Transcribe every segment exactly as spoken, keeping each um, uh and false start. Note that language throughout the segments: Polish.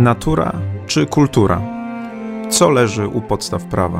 Natura czy kultura? Co leży u podstaw prawa?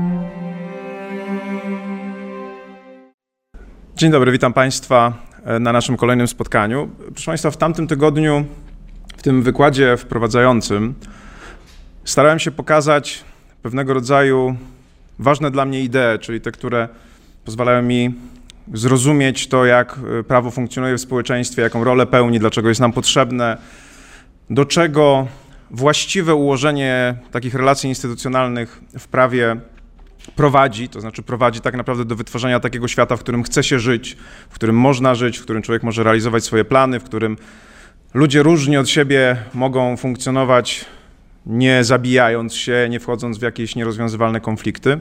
Dzień dobry, witam Państwa na naszym kolejnym spotkaniu. Proszę Państwa, w tamtym tygodniu, w tym wykładzie wprowadzającym, starałem się pokazać pewnego rodzaju ważne dla mnie idee, czyli te, które pozwalają mi zrozumieć to, jak prawo funkcjonuje w społeczeństwie, jaką rolę pełni, dlaczego jest nam potrzebne, do czego właściwe ułożenie takich relacji instytucjonalnych w prawie prowadzi, to znaczy prowadzi tak naprawdę do wytworzenia takiego świata, w którym chce się żyć, w którym można żyć, w którym człowiek może realizować swoje plany, w którym ludzie różni od siebie mogą funkcjonować, nie zabijając się, nie wchodząc w jakieś nierozwiązywalne konflikty.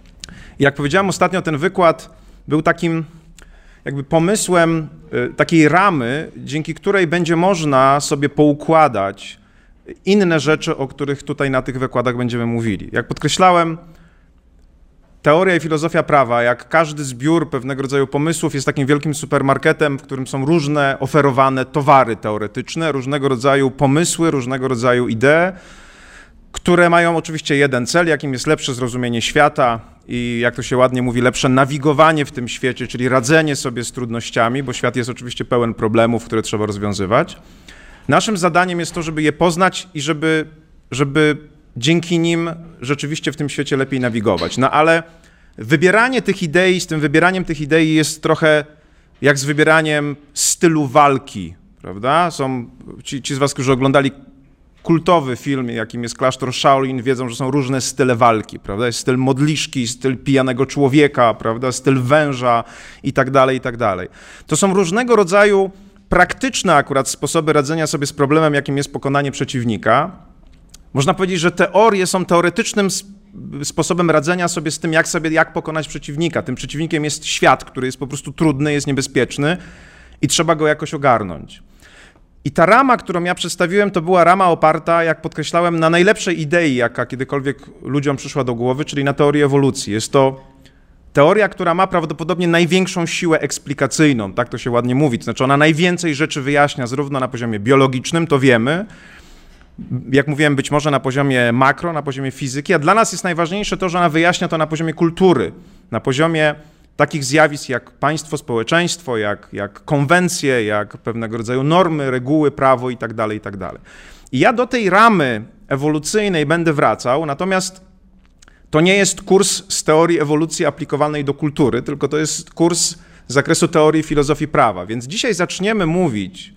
I jak powiedziałem ostatnio, ten wykład był takim jakby pomysłem takiej ramy, dzięki której będzie można sobie poukładać inne rzeczy, o których tutaj na tych wykładach będziemy mówili. Jak podkreślałem, teoria i filozofia prawa, jak każdy zbiór pewnego rodzaju pomysłów, jest takim wielkim supermarketem, w którym są różne oferowane towary teoretyczne, różnego rodzaju pomysły, różnego rodzaju idee, które mają oczywiście jeden cel, jakim jest lepsze zrozumienie świata i, jak to się ładnie mówi, lepsze nawigowanie w tym świecie, czyli radzenie sobie z trudnościami, bo świat jest oczywiście pełen problemów, które trzeba rozwiązywać. Naszym zadaniem jest to, żeby je poznać i żeby, żeby dzięki nim rzeczywiście w tym świecie lepiej nawigować. No ale wybieranie tych idei, z tym wybieraniem tych idei jest trochę jak z wybieraniem stylu walki, prawda? Są ci, ci z was, którzy oglądali kultowy film, jakim jest Klasztor Shaolin, wiedzą, że są różne style walki, prawda? Jest styl modliszki, styl pijanego człowieka, prawda? Styl węża i tak dalej, i tak dalej. To są różnego rodzaju praktyczne akurat sposoby radzenia sobie z problemem, jakim jest pokonanie przeciwnika. Można powiedzieć, że teorie są teoretycznym sposobem radzenia sobie z tym, jak sobie, jak pokonać przeciwnika. Tym przeciwnikiem jest świat, który jest po prostu trudny, jest niebezpieczny i trzeba go jakoś ogarnąć. I ta rama, którą ja przedstawiłem, to była rama oparta, jak podkreślałem, na najlepszej idei, jaka kiedykolwiek ludziom przyszła do głowy, czyli na teorii ewolucji. Jest to teoria, która ma prawdopodobnie największą siłę eksplikacyjną, tak to się ładnie mówi, to znaczy ona najwięcej rzeczy wyjaśnia zarówno na poziomie biologicznym, to wiemy, jak mówiłem, być może na poziomie makro, na poziomie fizyki, a dla nas jest najważniejsze to, że ona wyjaśnia to na poziomie kultury, na poziomie takich zjawisk jak państwo, społeczeństwo, jak, jak konwencje, jak pewnego rodzaju normy, reguły, prawo i tak dalej, i tak dalej. I ja do tej ramy ewolucyjnej będę wracał, natomiast to nie jest kurs z teorii ewolucji aplikowanej do kultury, tylko to jest kurs z zakresu teorii filozofii prawa. Więc dzisiaj zaczniemy mówić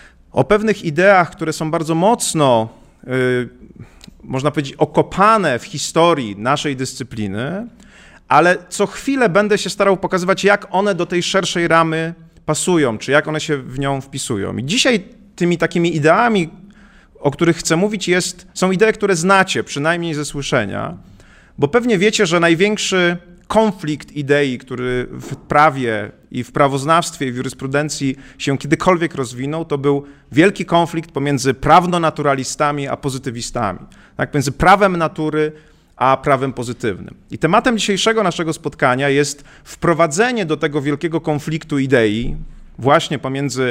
o pewnych ideach, które są bardzo mocno, yy, można powiedzieć, okopane w historii naszej dyscypliny, ale co chwilę będę się starał pokazywać, jak one do tej szerszej ramy pasują, czy jak one się w nią wpisują. I dzisiaj tymi takimi ideami, o których chcę mówić, jest, są idee, które znacie, przynajmniej ze słyszenia, bo pewnie wiecie, że największy konflikt idei, który w prawie i w prawoznawstwie i w jurysprudencji się kiedykolwiek rozwinął, to był wielki konflikt pomiędzy prawnonaturalistami a pozytywistami, tak, między prawem natury a prawem pozytywnym. I tematem dzisiejszego naszego spotkania jest wprowadzenie do tego wielkiego konfliktu idei właśnie pomiędzy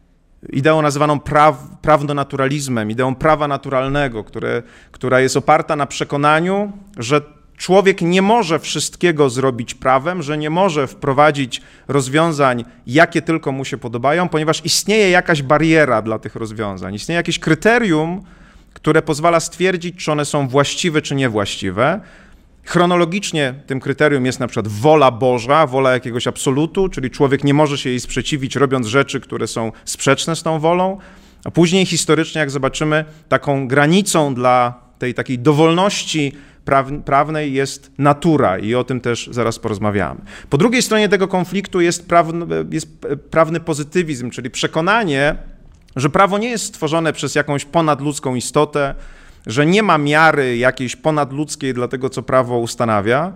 ideą nazywaną praw, prawnonaturalizmem, ideą prawa naturalnego, które, która jest oparta na przekonaniu, że człowiek nie może wszystkiego zrobić prawem, że nie może wprowadzić rozwiązań, jakie tylko mu się podobają, ponieważ istnieje jakaś bariera dla tych rozwiązań, istnieje jakieś kryterium, które pozwala stwierdzić, czy one są właściwe, czy niewłaściwe. Chronologicznie tym kryterium jest na przykład wola Boża, wola jakiegoś absolutu, czyli człowiek nie może się jej sprzeciwić, robiąc rzeczy, które są sprzeczne z tą wolą, a później historycznie, jak zobaczymy, taką granicą dla tej takiej dowolności prawnej jest natura i o tym też zaraz porozmawiamy. Po drugiej stronie tego konfliktu jest prawny, jest prawny pozytywizm, czyli przekonanie, że prawo nie jest stworzone przez jakąś ponadludzką istotę, że nie ma miary jakiejś ponadludzkiej dla tego, co prawo ustanawia,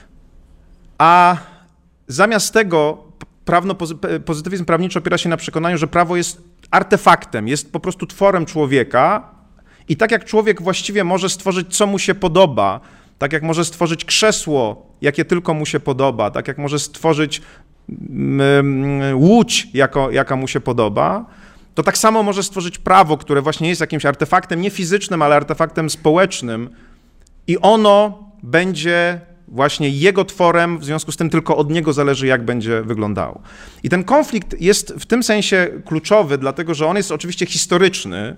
a zamiast tego prawno, pozytywizm prawniczy opiera się na przekonaniu, że prawo jest artefaktem, jest po prostu tworem człowieka i tak jak człowiek właściwie może stworzyć, co mu się podoba, tak jak może stworzyć krzesło, jakie tylko mu się podoba, tak jak może stworzyć łódź, jako, jaka mu się podoba, to tak samo może stworzyć prawo, które właśnie jest jakimś artefaktem nie fizycznym, ale artefaktem społecznym i ono będzie właśnie jego tworem, w związku z tym tylko od niego zależy, jak będzie wyglądało. I ten konflikt jest w tym sensie kluczowy, dlatego że on jest oczywiście historyczny.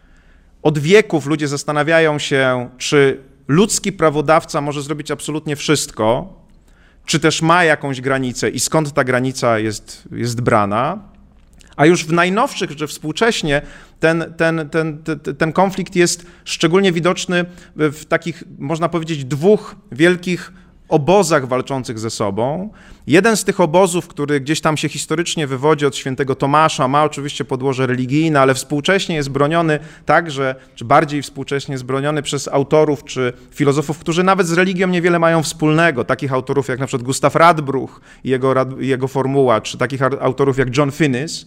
Od wieków ludzie zastanawiają się, czy ludzki prawodawca może zrobić absolutnie wszystko, czy też ma jakąś granicę i skąd ta granica jest, jest brana. A już w najnowszych, że współcześnie ten, ten, ten, ten, ten konflikt jest szczególnie widoczny w takich, można powiedzieć, dwóch wielkich obozach walczących ze sobą. Jeden z tych obozów, który gdzieś tam się historycznie wywodzi od świętego Tomasza, ma oczywiście podłoże religijne, ale współcześnie jest broniony także, czy bardziej współcześnie jest broniony przez autorów czy filozofów, którzy nawet z religią niewiele mają wspólnego. Takich autorów jak na przykład Gustav Radbruch i jego, jego formuła, czy takich autorów jak John Finnis.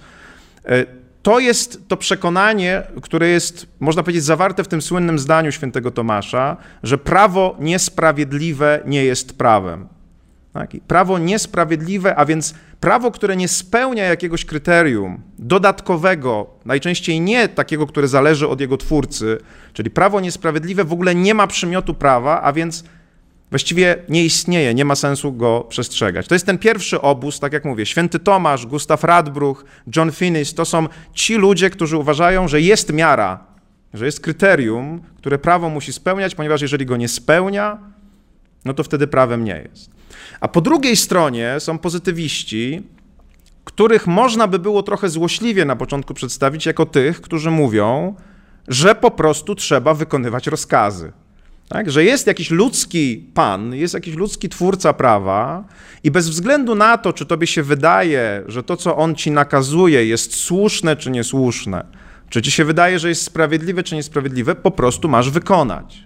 To jest to przekonanie, które jest, można powiedzieć, zawarte w tym słynnym zdaniu świętego Tomasza, że prawo niesprawiedliwe nie jest prawem. Tak? Prawo niesprawiedliwe, a więc prawo, które nie spełnia jakiegoś kryterium dodatkowego, najczęściej nie takiego, które zależy od jego twórcy, czyli prawo niesprawiedliwe w ogóle nie ma przymiotu prawa, a więc właściwie nie istnieje, nie ma sensu go przestrzegać. To jest ten pierwszy obóz, tak jak mówię, święty Tomasz, Gustav Radbruch, John Finnis, to są ci ludzie, którzy uważają, że jest miara, że jest kryterium, które prawo musi spełniać, ponieważ jeżeli go nie spełnia, no to wtedy prawem nie jest. A po drugiej stronie są pozytywiści, których można by było trochę złośliwie na początku przedstawić jako tych, którzy mówią, że po prostu trzeba wykonywać rozkazy. Tak, że jest jakiś ludzki pan, jest jakiś ludzki twórca prawa i bez względu na to, czy tobie się wydaje, że to, co on ci nakazuje, jest słuszne czy niesłuszne, czy ci się wydaje, że jest sprawiedliwe czy niesprawiedliwe, po prostu masz wykonać.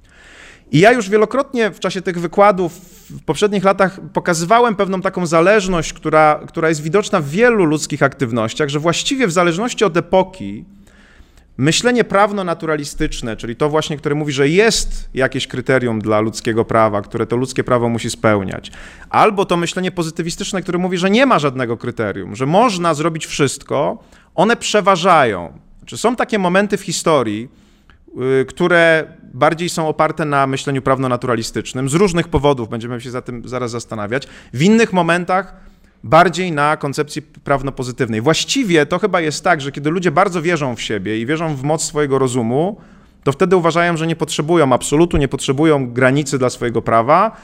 I ja już wielokrotnie w czasie tych wykładów w poprzednich latach pokazywałem pewną taką zależność, która, która jest widoczna w wielu ludzkich aktywnościach, że właściwie w zależności od epoki myślenie prawno-naturalistyczne, czyli to właśnie, które mówi, że jest jakieś kryterium dla ludzkiego prawa, które to ludzkie prawo musi spełniać, albo to myślenie pozytywistyczne, które mówi, że nie ma żadnego kryterium, że można zrobić wszystko, one przeważają. Znaczy, są takie momenty w historii, yy, które bardziej są oparte na myśleniu prawno-naturalistycznym, z różnych powodów, będziemy się za tym zaraz zastanawiać. W innych momentach bardziej na koncepcji prawno-pozytywnej. Właściwie to chyba jest tak, że kiedy ludzie bardzo wierzą w siebie i wierzą w moc swojego rozumu, to wtedy uważają, że nie potrzebują absolutu, nie potrzebują granicy dla swojego prawa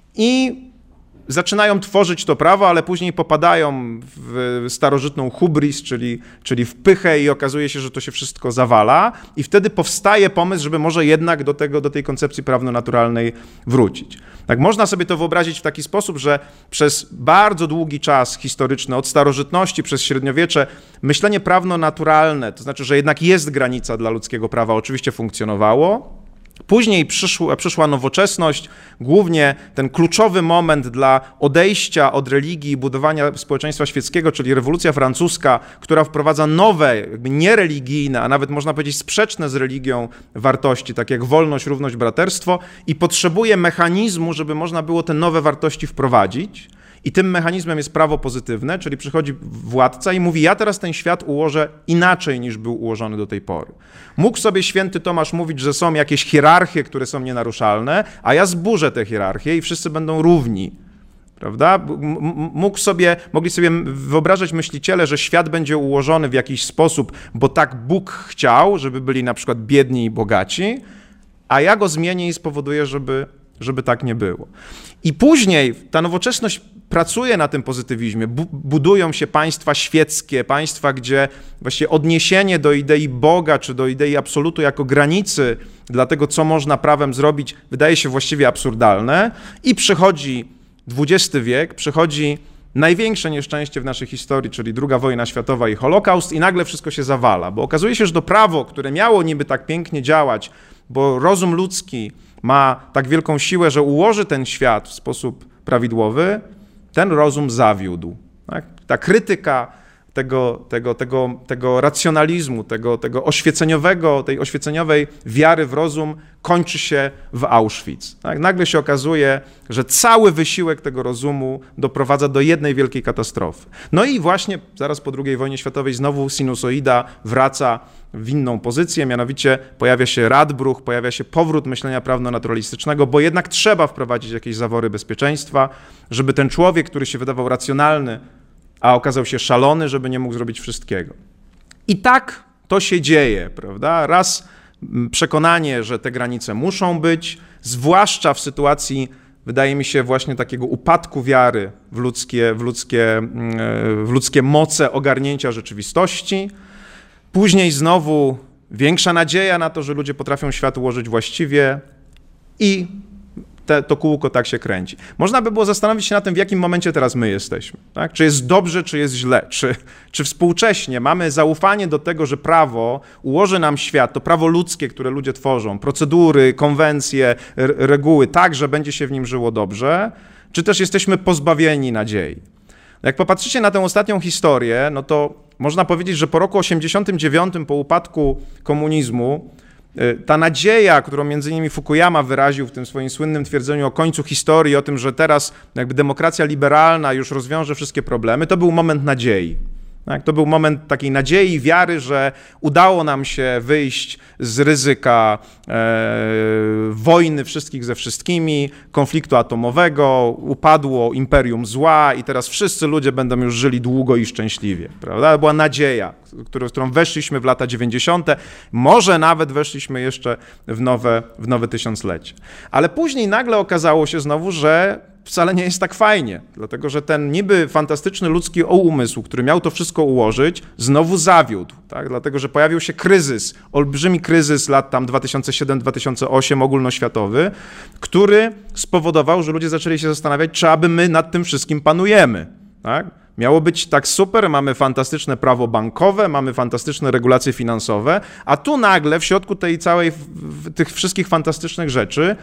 i zaczynają tworzyć to prawo, ale później popadają w starożytną hubris, czyli, czyli w pychę i okazuje się, że to się wszystko zawala i wtedy powstaje pomysł, żeby może jednak do tego, do tej koncepcji prawno-naturalnej wrócić. Tak, można sobie to wyobrazić w taki sposób, że przez bardzo długi czas historyczny, od starożytności przez średniowiecze, myślenie prawno-naturalne, to znaczy, że jednak jest granica dla ludzkiego prawa, oczywiście funkcjonowało. Później przyszła, przyszła nowoczesność, głównie ten kluczowy moment dla odejścia od religii i budowania społeczeństwa świeckiego, czyli rewolucja francuska, która wprowadza nowe, jakby niereligijne, a nawet można powiedzieć sprzeczne z religią wartości, takie jak wolność, równość, braterstwo i potrzebuje mechanizmu, żeby można było te nowe wartości wprowadzić. I tym mechanizmem jest prawo pozytywne, czyli przychodzi władca i mówi, ja teraz ten świat ułożę inaczej niż był ułożony do tej pory. Mógł sobie święty Tomasz mówić, że są jakieś hierarchie, które są nienaruszalne, a ja zburzę te hierarchie i wszyscy będą równi. Prawda? Mógł sobie, mogli sobie wyobrażać myśliciele, że świat będzie ułożony w jakiś sposób, bo tak Bóg chciał, żeby byli na przykład biedni i bogaci, a ja go zmienię i spowoduję, żeby, żeby tak nie było. I później ta nowoczesność pracuje na tym pozytywizmie, budują się państwa świeckie, państwa, gdzie właściwie odniesienie do idei Boga czy do idei absolutu jako granicy dla tego, co można prawem zrobić, wydaje się właściwie absurdalne i przychodzi dwudziesty wiek, przychodzi największe nieszczęście w naszej historii, czyli druga wojna światowa i Holokaust i nagle wszystko się zawala, bo okazuje się, że to prawo, które miało niby tak pięknie działać, bo rozum ludzki ma tak wielką siłę, że ułoży ten świat w sposób prawidłowy, ten rozum zawiódł. Tak? Ta krytyka tego, tego, tego, tego racjonalizmu, tego, tego oświeceniowego, tej oświeceniowej wiary w rozum kończy się w Auschwitz. Tak? Nagle się okazuje, że cały wysiłek tego rozumu doprowadza do jednej wielkiej katastrofy. No i właśnie zaraz po drugiej wojnie światowej znowu sinusoida wraca w inną pozycję, mianowicie pojawia się Radbruch, pojawia się powrót myślenia prawno-naturalistycznego, bo jednak trzeba wprowadzić jakieś zawory bezpieczeństwa, żeby ten człowiek, który się wydawał racjonalny, a okazał się szalony, żeby nie mógł zrobić wszystkiego. I tak to się dzieje, prawda? Raz przekonanie, że te granice muszą być, zwłaszcza w sytuacji, wydaje mi się, właśnie takiego upadku wiary w ludzkie, w ludzkie, w ludzkie moce ogarnięcia rzeczywistości. Później znowu większa nadzieja na to, że ludzie potrafią świat ułożyć właściwie i te, to kółko tak się kręci. Można by było zastanowić się na tym, w jakim momencie teraz my jesteśmy. Tak? Czy jest dobrze, czy jest źle. Czy, czy współcześnie mamy zaufanie do tego, że prawo ułoży nam świat, to prawo ludzkie, które ludzie tworzą, procedury, konwencje, r- reguły, tak, że będzie się w nim żyło dobrze, czy też jesteśmy pozbawieni nadziei. Jak popatrzycie na tę ostatnią historię, no to można powiedzieć, że po roku osiemdziesiątym dziewiątym, po upadku komunizmu, ta nadzieja, którą między innymi Fukuyama wyraził w tym swoim słynnym twierdzeniu o końcu historii, o tym, że teraz jakby demokracja liberalna już rozwiąże wszystkie problemy, to był moment nadziei. Tak? To był moment takiej nadziei i wiary, że udało nam się wyjść z ryzyka e, wojny wszystkich ze wszystkimi, konfliktu atomowego, upadło imperium zła i teraz wszyscy ludzie będą już żyli długo i szczęśliwie. Prawda? To była nadzieja, którą, którą weszliśmy w lata dziewięćdziesiąte, może nawet weszliśmy jeszcze w nowe, w nowe tysiąclecie. Ale później nagle okazało się znowu, że wcale nie jest tak fajnie, dlatego że ten niby fantastyczny ludzki umysł, który miał to wszystko ułożyć, znowu zawiódł, tak? Dlatego że pojawił się kryzys, olbrzymi kryzys lat tam dwa tysiące siódmy dwa tysiące ósmy ogólnoświatowy, który spowodował, że ludzie zaczęli się zastanawiać, czy aby my nad tym wszystkim panujemy, tak? Miało być tak super, mamy fantastyczne prawo bankowe, mamy fantastyczne regulacje finansowe, a tu nagle w środku tej całej, tych wszystkich fantastycznych rzeczy,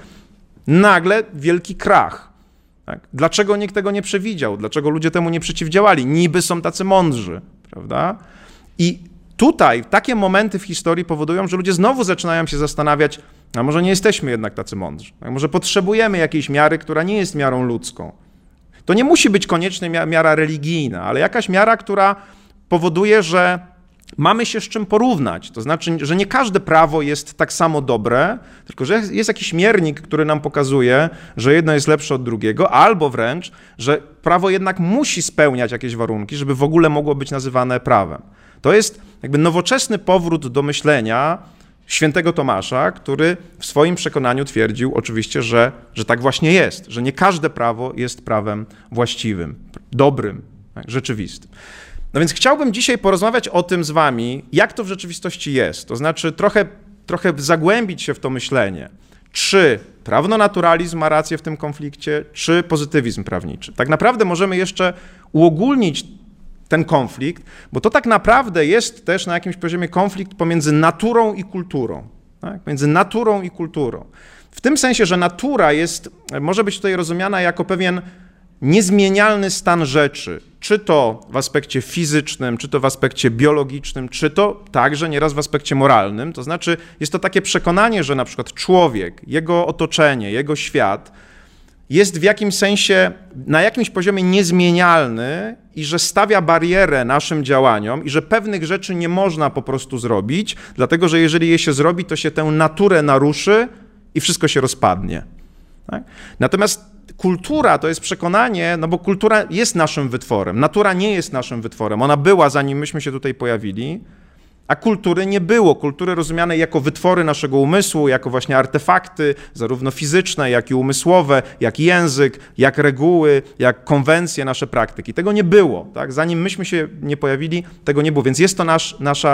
nagle wielki krach. Tak? Dlaczego nikt tego nie przewidział? Dlaczego ludzie temu nie przeciwdziałali? Niby są tacy mądrzy, prawda? I tutaj takie momenty w historii powodują, że ludzie znowu zaczynają się zastanawiać, a może nie jesteśmy jednak tacy mądrzy? Tak? Może potrzebujemy jakiejś miary, która nie jest miarą ludzką. To nie musi być koniecznie miara religijna, ale jakaś miara, która powoduje, że mamy się z czym porównać. To znaczy, że nie każde prawo jest tak samo dobre, tylko że jest jakiś miernik, który nam pokazuje, że jedno jest lepsze od drugiego, albo wręcz, że prawo jednak musi spełniać jakieś warunki, żeby w ogóle mogło być nazywane prawem. To jest jakby nowoczesny powrót do myślenia świętego Tomasza, który w swoim przekonaniu twierdził oczywiście, że, że tak właśnie jest, że nie każde prawo jest prawem właściwym, dobrym, tak, rzeczywistym. No więc chciałbym dzisiaj porozmawiać o tym z wami, jak to w rzeczywistości jest. To znaczy trochę, trochę zagłębić się w to myślenie. Czy prawnonaturalizm ma rację w tym konflikcie, czy pozytywizm prawniczy. Tak naprawdę możemy jeszcze uogólnić ten konflikt, bo to tak naprawdę jest też na jakimś poziomie konflikt pomiędzy naturą i kulturą. Tak? Między naturą i kulturą. W tym sensie, że natura jest, może być tutaj rozumiana jako pewien niezmienialny stan rzeczy, czy to w aspekcie fizycznym, czy to w aspekcie biologicznym, czy to także nieraz w aspekcie moralnym. To znaczy jest to takie przekonanie, że na przykład człowiek, jego otoczenie, jego świat jest w jakimś sensie na jakimś poziomie niezmienialny i że stawia barierę naszym działaniom i że pewnych rzeczy nie można po prostu zrobić, dlatego że jeżeli je się zrobi, to się tę naturę naruszy i wszystko się rozpadnie. Tak? Natomiast kultura to jest przekonanie, no bo kultura jest naszym wytworem, natura nie jest naszym wytworem, ona była zanim myśmy się tutaj pojawili, a kultury nie było. Kultury rozumiane jako wytwory naszego umysłu, jako właśnie artefakty, zarówno fizyczne, jak i umysłowe, jak język, jak reguły, jak konwencje, nasze praktyki. Tego nie było. Tak? Zanim myśmy się nie pojawili, tego nie było. Więc jest to nasz, nasza,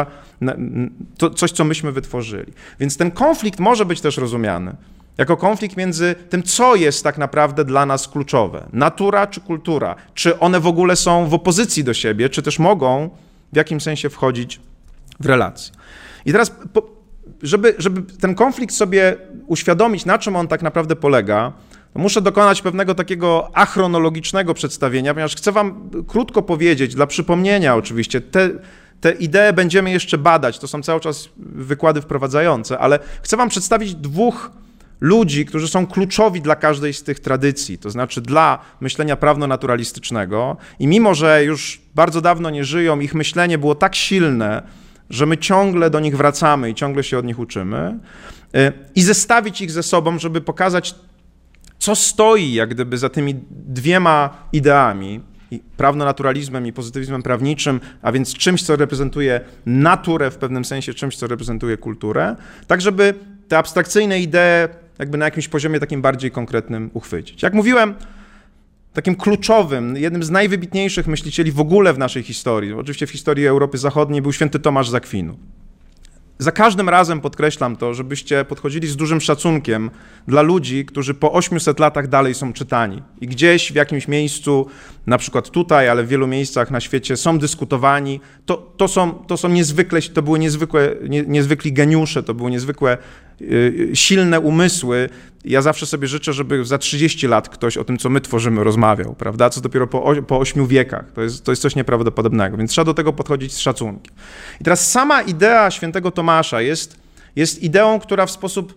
to coś, co myśmy wytworzyli. Więc ten konflikt może być też rozumiany jako konflikt między tym, co jest tak naprawdę dla nas kluczowe. Natura czy kultura. Czy one w ogóle są w opozycji do siebie, czy też mogą w jakimś sensie wchodzić w relacje. I teraz, żeby, żeby ten konflikt sobie uświadomić, na czym on tak naprawdę polega, muszę dokonać pewnego takiego achronologicznego przedstawienia, ponieważ chcę wam krótko powiedzieć, dla przypomnienia oczywiście, te, te idee będziemy jeszcze badać, to są cały czas wykłady wprowadzające, ale chcę wam przedstawić dwóch ludzi, którzy są kluczowi dla każdej z tych tradycji, to znaczy dla myślenia prawno-naturalistycznego i mimo, że już bardzo dawno nie żyją, ich myślenie było tak silne, że my ciągle do nich wracamy i ciągle się od nich uczymy i zestawić ich ze sobą, żeby pokazać, co stoi jak gdyby za tymi dwiema ideami, prawno-naturalizmem i pozytywizmem prawniczym, a więc czymś, co reprezentuje naturę w pewnym sensie, czymś, co reprezentuje kulturę, tak żeby te abstrakcyjne idee jakby na jakimś poziomie takim bardziej konkretnym uchwycić. Jak mówiłem, takim kluczowym, jednym z najwybitniejszych myślicieli w ogóle w naszej historii, oczywiście w historii Europy Zachodniej, był święty Tomasz z Akwinu. Za każdym razem podkreślam to, żebyście podchodzili z dużym szacunkiem dla ludzi, którzy po osiemset latach dalej są czytani i gdzieś w jakimś miejscu, na przykład tutaj, ale w wielu miejscach na świecie są dyskutowani. To, to, są, to są niezwykle, to były niezwykłe, nie, niezwykli geniusze, to były niezwykłe yy, silne umysły. Ja zawsze sobie życzę, żeby za trzydzieści lat ktoś o tym, co my tworzymy, rozmawiał, prawda? Co dopiero po, po ośmiu wiekach. To jest, to jest coś nieprawdopodobnego, więc trzeba do tego podchodzić z szacunkiem. I teraz sama idea świętego Tomasza jest, jest ideą, która w sposób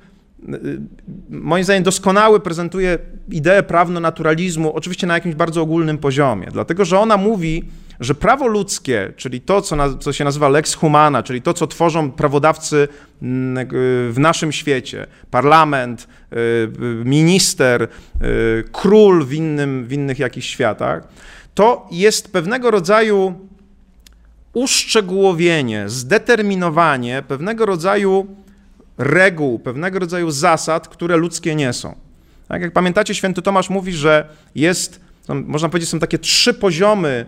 moim zdaniem doskonały prezentuje ideę prawno-naturalizmu, oczywiście na jakimś bardzo ogólnym poziomie, dlatego że ona mówi, że prawo ludzkie, czyli to, co, na, co się nazywa lex humana, czyli to, co tworzą prawodawcy w naszym świecie, parlament, minister, król w, innym, w innych jakichś światach, to jest pewnego rodzaju uszczegółowienie, zdeterminowanie pewnego rodzaju reguł, pewnego rodzaju zasad, które ludzkie nie są. Tak jak pamiętacie, święty Tomasz mówi, że jest, można powiedzieć, są takie trzy poziomy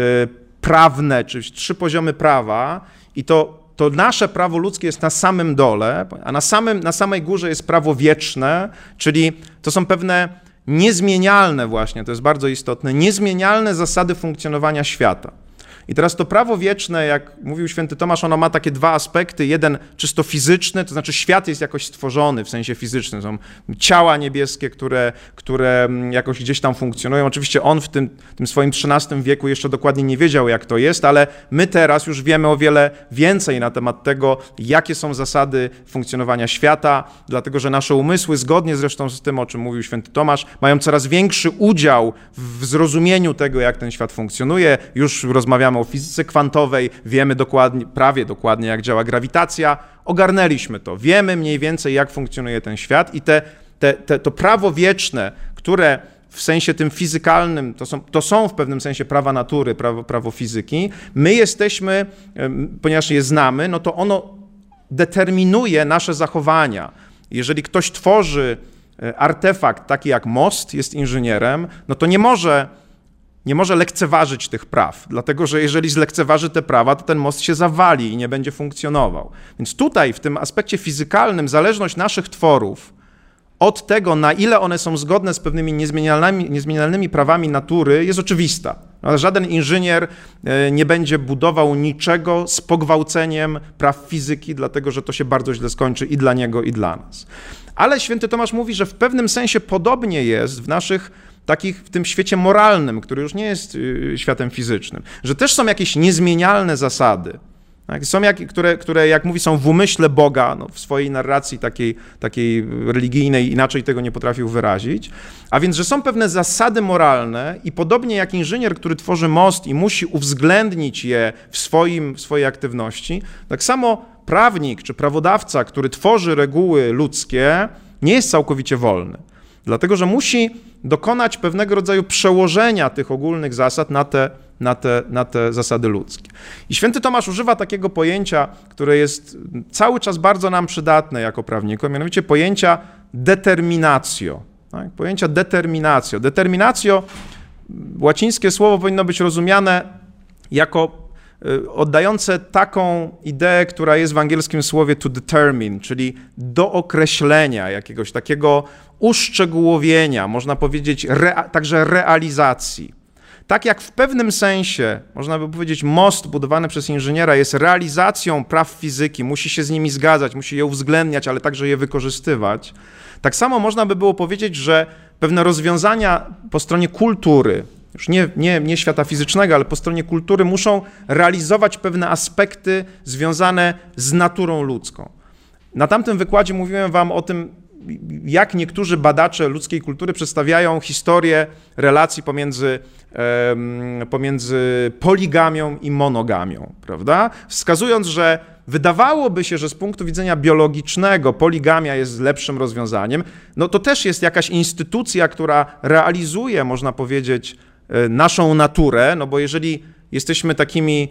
prawne, czy trzy poziomy prawa i to, to nasze prawo ludzkie jest na samym dole, a na, samym, na samej górze jest prawo wieczne, czyli to są pewne niezmienialne właśnie, to jest bardzo istotne, niezmienialne zasady funkcjonowania świata. I teraz to prawo wieczne, jak mówił święty Tomasz, ono ma takie dwa aspekty. Jeden czysto fizyczny, to znaczy świat jest jakoś stworzony w sensie fizycznym. Są ciała niebieskie, które, które jakoś gdzieś tam funkcjonują. Oczywiście on w tym, tym swoim trzynastym wieku jeszcze dokładnie nie wiedział, jak to jest, ale my teraz już wiemy o wiele więcej na temat tego, jakie są zasady funkcjonowania świata, dlatego że nasze umysły, zgodnie zresztą z tym, o czym mówił święty Tomasz, mają coraz większy udział w zrozumieniu tego, jak ten świat funkcjonuje. Już rozmawiamy o fizyce kwantowej, wiemy dokładnie, prawie dokładnie, jak działa grawitacja, ogarnęliśmy to, wiemy mniej więcej, jak funkcjonuje ten świat i te, te, te, to prawo wieczne, które w sensie tym fizykalnym, to są, to są w pewnym sensie prawa natury, prawo, prawo fizyki, my jesteśmy, ponieważ je znamy, no to ono determinuje nasze zachowania. Jeżeli ktoś tworzy artefakt taki jak most, jest inżynierem, no to nie może nie może lekceważyć tych praw, dlatego że jeżeli zlekceważy te prawa, to ten most się zawali i nie będzie funkcjonował. Więc tutaj w tym aspekcie fizykalnym zależność naszych tworów od tego, na ile one są zgodne z pewnymi niezmienialnymi, niezmienialnymi prawami natury, jest oczywista. No, żaden inżynier nie będzie budował niczego z pogwałceniem praw fizyki, dlatego że to się bardzo źle skończy i dla niego, i dla nas. Ale święty Tomasz mówi, że w pewnym sensie podobnie jest w naszych takich, w tym świecie moralnym, który już nie jest światem fizycznym, że też są jakieś niezmienialne zasady, tak? Są jak, które, które, jak mówi, są w umyśle Boga, no, w swojej narracji takiej, takiej religijnej inaczej tego nie potrafił wyrazić, a więc, że są pewne zasady moralne i podobnie jak inżynier, który tworzy most i musi uwzględnić je w, swoim, w swojej aktywności, tak samo prawnik czy prawodawca, który tworzy reguły ludzkie, nie jest całkowicie wolny, dlatego że musi dokonać pewnego rodzaju przełożenia tych ogólnych zasad na te, na te, na te zasady ludzkie. I święty Tomasz używa takiego pojęcia, które jest cały czas bardzo nam przydatne jako prawnikom, mianowicie pojęcia determinatio. Tak? Pojęcia determinatio. Determinatio, łacińskie słowo powinno być rozumiane jako oddające taką ideę, która jest w angielskim słowie to determine, czyli do określenia jakiegoś takiego uszczegółowienia, można powiedzieć rea, także realizacji. Tak jak w pewnym sensie, można by powiedzieć, most budowany przez inżyniera jest realizacją praw fizyki, musi się z nimi zgadzać, musi je uwzględniać, ale także je wykorzystywać, tak samo można by było powiedzieć, że pewne rozwiązania po stronie kultury, już nie, nie, nie świata fizycznego, ale po stronie kultury muszą realizować pewne aspekty związane z naturą ludzką. Na tamtym wykładzie mówiłem wam o tym, jak niektórzy badacze ludzkiej kultury przedstawiają historię relacji pomiędzy, um, pomiędzy poligamią i monogamią, prawda? Wskazując, że wydawałoby się, że z punktu widzenia biologicznego poligamia jest lepszym rozwiązaniem, no to też jest jakaś instytucja, która realizuje, można powiedzieć, naszą naturę, no bo jeżeli jesteśmy takimi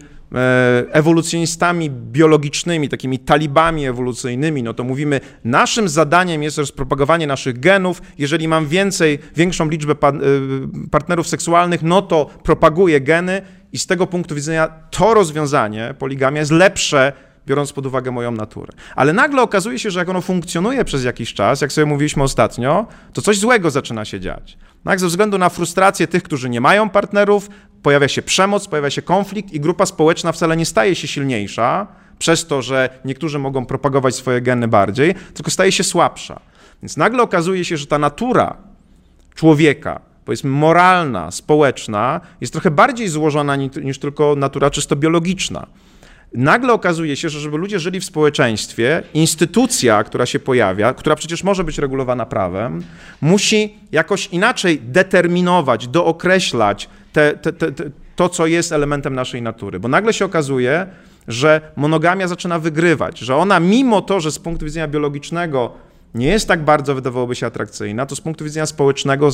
ewolucjonistami biologicznymi, takimi talibami ewolucyjnymi, no to mówimy, naszym zadaniem jest rozpropagowanie naszych genów, jeżeli mam więcej, większą liczbę partnerów seksualnych, no to propaguję geny i z tego punktu widzenia to rozwiązanie, poligamia, jest lepsze, biorąc pod uwagę moją naturę. Ale nagle okazuje się, że jak ono funkcjonuje przez jakiś czas, jak sobie mówiliśmy ostatnio, to coś złego zaczyna się dziać. Tak, ze względu na frustrację tych, którzy nie mają partnerów, pojawia się przemoc, pojawia się konflikt i grupa społeczna wcale nie staje się silniejsza przez to, że niektórzy mogą propagować swoje geny bardziej, tylko staje się słabsza. Więc nagle okazuje się, że ta natura człowieka, powiedzmy moralna, społeczna, jest trochę bardziej złożona niż tylko natura czysto biologiczna. Nagle okazuje się, że żeby ludzie żyli w społeczeństwie, instytucja, która się pojawia, która przecież może być regulowana prawem, musi jakoś inaczej determinować, dookreślać te, te, te, te, to, co jest elementem naszej natury. Bo nagle się okazuje, że monogamia zaczyna wygrywać, że ona mimo to, że z punktu widzenia biologicznego nie jest tak bardzo, wydawałoby się, atrakcyjna, to z punktu widzenia społecznego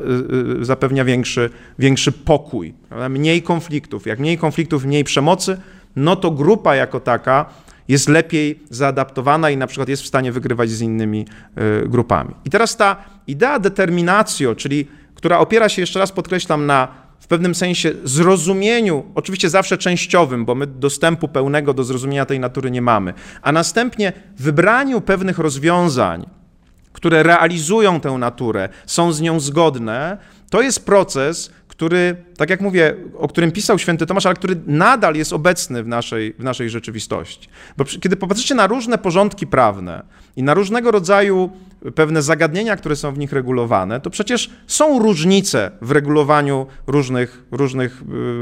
zapewnia większy, większy pokój, prawda? Mniej konfliktów. Jak mniej konfliktów, mniej przemocy, no to grupa jako taka jest lepiej zaadaptowana i na przykład jest w stanie wygrywać z innymi y, grupami. I teraz ta idea determinatio, czyli która opiera się, jeszcze raz podkreślam, na w pewnym sensie zrozumieniu, oczywiście zawsze częściowym, bo my dostępu pełnego do zrozumienia tej natury nie mamy, a następnie wybraniu pewnych rozwiązań, które realizują tę naturę, są z nią zgodne, to jest proces, który, tak jak mówię, o którym pisał święty Tomasz, ale który nadal jest obecny w naszej, w naszej rzeczywistości. Bo kiedy popatrzycie na różne porządki prawne i na różnego rodzaju pewne zagadnienia, które są w nich regulowane, to przecież są różnice w regulowaniu różnych, różnych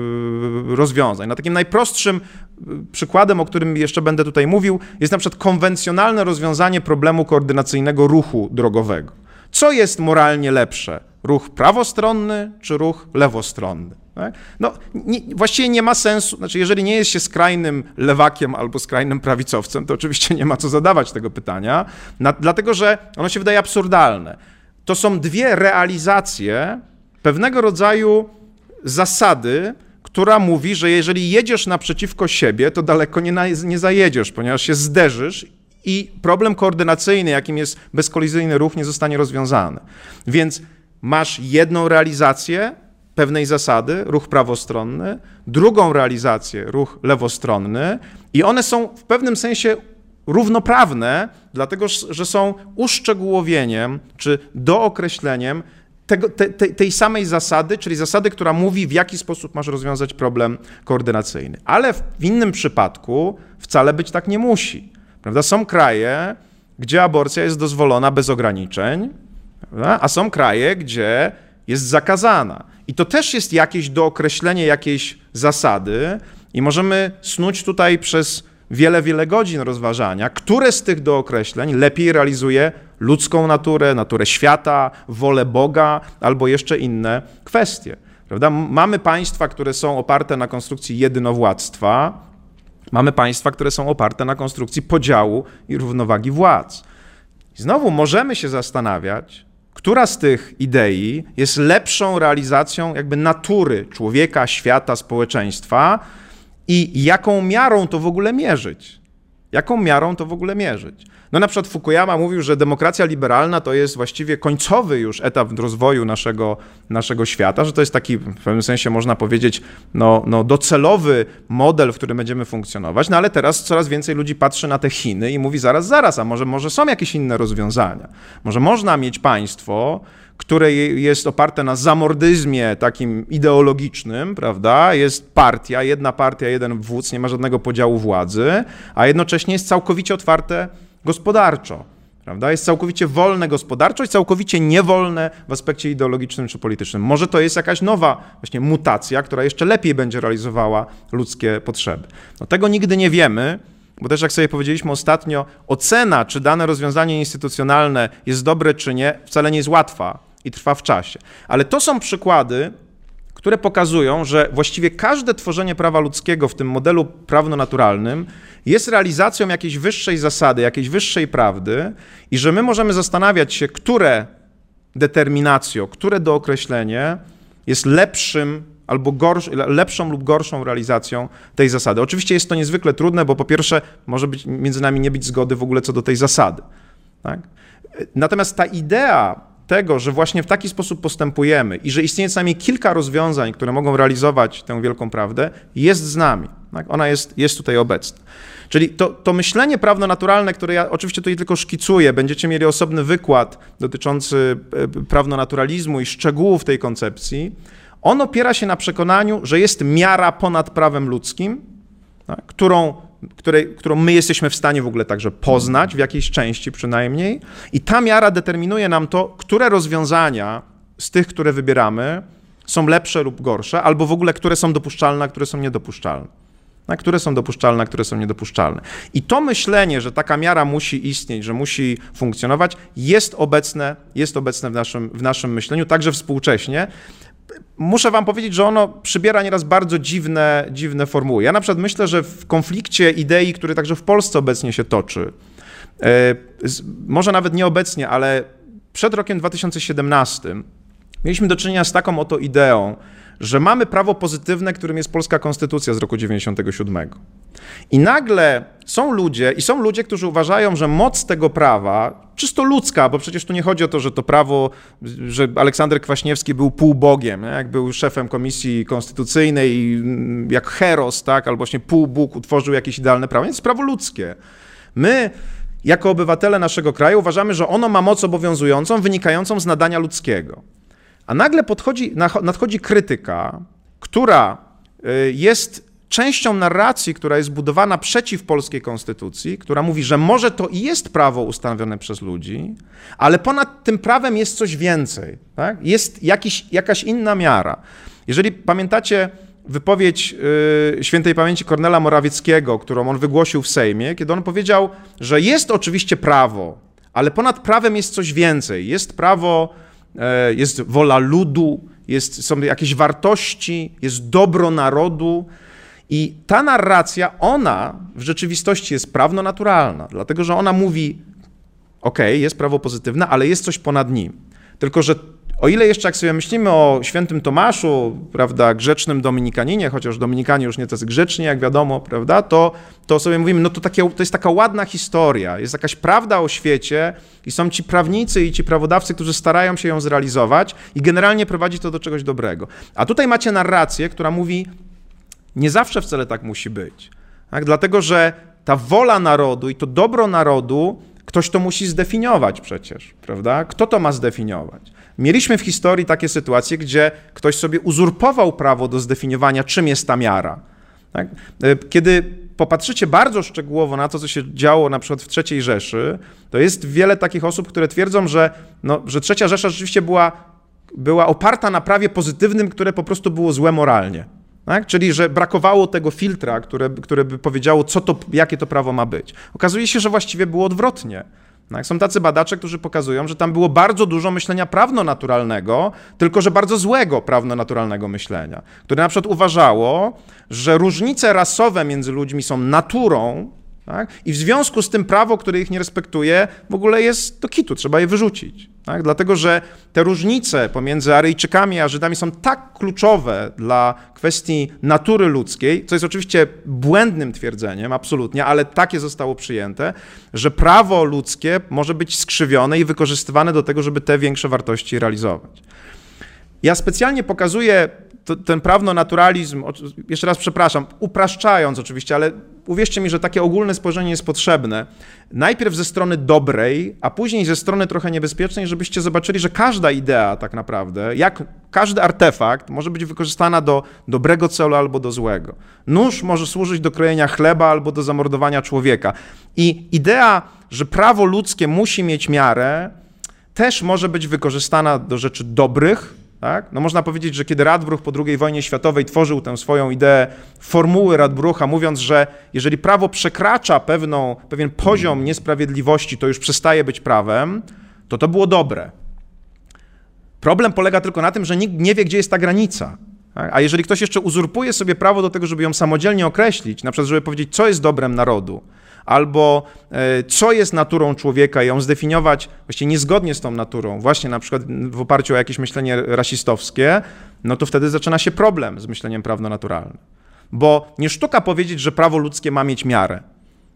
yy, rozwiązań. Na takim najprostszym przykładem, o którym jeszcze będę tutaj mówił, jest na przykład konwencjonalne rozwiązanie problemu koordynacyjnego ruchu drogowego. Co jest moralnie lepsze? Ruch prawostronny czy ruch lewostronny? Tak? No, nie, właściwie nie ma sensu, znaczy jeżeli nie jest się skrajnym lewakiem albo skrajnym prawicowcem, to oczywiście nie ma co zadawać tego pytania, na, dlatego że ono się wydaje absurdalne. To są dwie realizacje pewnego rodzaju zasady, która mówi, że jeżeli jedziesz naprzeciwko siebie, to daleko nie, na, nie zajedziesz, ponieważ się zderzysz i problem koordynacyjny, jakim jest bezkolizyjny ruch, nie zostanie rozwiązany. Więc masz jedną realizację pewnej zasady, ruch prawostronny, drugą realizację, ruch lewostronny i one są w pewnym sensie równoprawne, dlatego że są uszczegółowieniem czy dookreśleniem tego, te, te, tej samej zasady, czyli zasady, która mówi, w jaki sposób masz rozwiązać problem koordynacyjny. Ale w innym przypadku wcale być tak nie musi. Prawda? Są kraje, gdzie aborcja jest dozwolona bez ograniczeń, prawda? A są kraje, gdzie jest zakazana. I to też jest jakieś dookreślenie jakiejś zasady i możemy snuć tutaj przez wiele, wiele godzin rozważania, które z tych dookreśleń lepiej realizuje ludzką naturę, naturę świata, wolę Boga albo jeszcze inne kwestie. Prawda? Mamy państwa, które są oparte na konstrukcji jedynowładztwa, mamy państwa, które są oparte na konstrukcji podziału i równowagi władz. I znowu możemy się zastanawiać, która z tych idei jest lepszą realizacją jakby natury człowieka, świata, społeczeństwa i jaką miarą to w ogóle mierzyć. Jaką miarą to w ogóle mierzyć? No na przykład Fukuyama mówił, że demokracja liberalna to jest właściwie końcowy już etap rozwoju naszego, naszego świata, że to jest taki w pewnym sensie można powiedzieć no, no docelowy model, w którym będziemy funkcjonować, no ale teraz coraz więcej ludzi patrzy na te Chiny i mówi zaraz, zaraz, a może, może są jakieś inne rozwiązania. Może można mieć państwo, które jest oparte na zamordyzmie takim ideologicznym, prawda? Jest partia, jedna partia, jeden wódz, nie ma żadnego podziału władzy, a jednocześnie jest całkowicie otwarte gospodarczo. Prawda? Jest całkowicie wolne gospodarczo i całkowicie niewolne w aspekcie ideologicznym czy politycznym. Może to jest jakaś nowa właśnie mutacja, która jeszcze lepiej będzie realizowała ludzkie potrzeby. No tego nigdy nie wiemy, bo też jak sobie powiedzieliśmy ostatnio, ocena, czy dane rozwiązanie instytucjonalne jest dobre czy nie, wcale nie jest łatwa i trwa w czasie. Ale to są przykłady, które pokazują, że właściwie każde tworzenie prawa ludzkiego w tym modelu prawno-naturalnym jest realizacją jakiejś wyższej zasady, jakiejś wyższej prawdy i że my możemy zastanawiać się, które determinacjo, które dookreślenie jest lepszym albo gorsz, lepszą lub gorszą realizacją tej zasady. Oczywiście jest to niezwykle trudne, bo po pierwsze może być między nami nie być zgody w ogóle co do tej zasady. Tak? Natomiast ta idea tego, że właśnie w taki sposób postępujemy i że istnieje co najmniej kilka rozwiązań, które mogą realizować tę wielką prawdę, jest z nami. Tak? Ona jest, jest tutaj obecna. Czyli to, to myślenie prawno-naturalne, które ja oczywiście tutaj tylko szkicuję, będziecie mieli osobny wykład dotyczący prawno-naturalizmu i szczegółów tej koncepcji, on opiera się na przekonaniu, że jest miara ponad prawem ludzkim, tak? którą Której, którą my jesteśmy w stanie w ogóle także poznać, w jakiejś części przynajmniej. I ta miara determinuje nam to, które rozwiązania z tych, które wybieramy, są lepsze lub gorsze, albo w ogóle które są dopuszczalne, a które są niedopuszczalne. A które są dopuszczalne, a które są niedopuszczalne. I to myślenie, że taka miara musi istnieć, że musi funkcjonować, jest obecne, jest obecne w naszym, w naszym myśleniu, także współcześnie. Muszę wam powiedzieć, że ono przybiera nieraz bardzo dziwne, dziwne formuły. Ja na przykład myślę, że w konflikcie idei, który także w Polsce obecnie się toczy, może nawet nie obecnie, ale przed rokiem dwa tysiące siedemnastym mieliśmy do czynienia z taką oto ideą, że mamy prawo pozytywne, którym jest polska konstytucja z roku dziewięćdziesiątego siódmego. I nagle są ludzie, i są ludzie, którzy uważają, że moc tego prawa, czysto ludzka, bo przecież tu nie chodzi o to, że to prawo, że Aleksander Kwaśniewski był półbogiem, nie? Jak był szefem Komisji Konstytucyjnej, jak Heros, tak? Albo właśnie półbóg utworzył jakieś idealne prawo. To jest prawo ludzkie. My, jako obywatele naszego kraju, uważamy, że ono ma moc obowiązującą, wynikającą z nadania ludzkiego. A nagle podchodzi, nadchodzi krytyka, która jest częścią narracji, która jest budowana przeciw polskiej konstytucji, która mówi, że może to i jest prawo ustanowione przez ludzi, ale ponad tym prawem jest coś więcej. Tak? Jest jakiś, jakaś inna miara. Jeżeli pamiętacie wypowiedź yy, świętej pamięci Kornela Morawieckiego, którą on wygłosił w Sejmie, kiedy on powiedział, że jest oczywiście prawo, ale ponad prawem jest coś więcej. Jest prawo, yy, jest wola ludu, jest, są jakieś wartości, jest dobro narodu. I ta narracja, ona w rzeczywistości jest prawno-naturalna, dlatego że ona mówi, okej, okay, jest prawo pozytywne, ale jest coś ponad nim. Tylko że o ile jeszcze jak sobie myślimy o świętym Tomaszu, prawda, grzecznym Dominikaninie, chociaż Dominikanie już nie tacy grzeczni, jak wiadomo, prawda, to, to sobie mówimy, no to, takie, to jest taka ładna historia, jest jakaś prawda o świecie i są ci prawnicy i ci prawodawcy, którzy starają się ją zrealizować i generalnie prowadzi to do czegoś dobrego. A tutaj macie narrację, która mówi, nie zawsze wcale tak musi być, tak? Dlatego że ta wola narodu i to dobro narodu, ktoś to musi zdefiniować przecież, prawda? Kto to ma zdefiniować? Mieliśmy w historii takie sytuacje, gdzie ktoś sobie uzurpował prawo do zdefiniowania, czym jest ta miara. Tak? Kiedy popatrzycie bardzo szczegółowo na to, co się działo na przykład w trzeciej Rzeszy, to jest wiele takich osób, które twierdzą, że, no, że trzecia Rzesza rzeczywiście była, była oparta na prawie pozytywnym, które po prostu było złe moralnie. Tak? Czyli, że brakowało tego filtra, które, które by powiedziało, co to, jakie to prawo ma być. Okazuje się, że właściwie było odwrotnie. Tak? Są tacy badacze, którzy pokazują, że tam było bardzo dużo myślenia prawno-naturalnego, tylko że bardzo złego prawno-naturalnego myślenia, które na przykład uważało, że różnice rasowe między ludźmi są naturą, tak? I w związku z tym prawo, które ich nie respektuje, w ogóle jest do kitu, trzeba je wyrzucić. Tak? Dlatego, że te różnice pomiędzy Aryjczykami a Żydami są tak kluczowe dla kwestii natury ludzkiej, co jest oczywiście błędnym twierdzeniem, absolutnie, ale takie zostało przyjęte, że prawo ludzkie może być skrzywione i wykorzystywane do tego, żeby te większe wartości realizować. Ja specjalnie pokazuję to, ten prawno-naturalizm, jeszcze raz przepraszam, upraszczając oczywiście, ale uwierzcie mi, że takie ogólne spojrzenie jest potrzebne. Najpierw ze strony dobrej, a później ze strony trochę niebezpiecznej, żebyście zobaczyli, że każda idea tak naprawdę, jak każdy artefakt może być wykorzystana do dobrego celu albo do złego. Nóż może służyć do krojenia chleba albo do zamordowania człowieka. I idea, że prawo ludzkie musi mieć miarę, też może być wykorzystana do rzeczy dobrych. Tak? No można powiedzieć, że kiedy Radbruch po drugiej wojnie światowej tworzył tę swoją ideę formuły Radbrucha, mówiąc, że jeżeli prawo przekracza pewną, pewien poziom niesprawiedliwości, to już przestaje być prawem, to to było dobre. Problem polega tylko na tym, że nikt nie wie, gdzie jest ta granica. Tak? A jeżeli ktoś jeszcze uzurpuje sobie prawo do tego, żeby ją samodzielnie określić, na przykład żeby powiedzieć, co jest dobrem narodu, albo co jest naturą człowieka i ją zdefiniować właściwie niezgodnie z tą naturą, właśnie na przykład w oparciu o jakieś myślenie rasistowskie, no to wtedy zaczyna się problem z myśleniem prawnonaturalnym. Bo nie sztuka powiedzieć, że prawo ludzkie ma mieć miarę.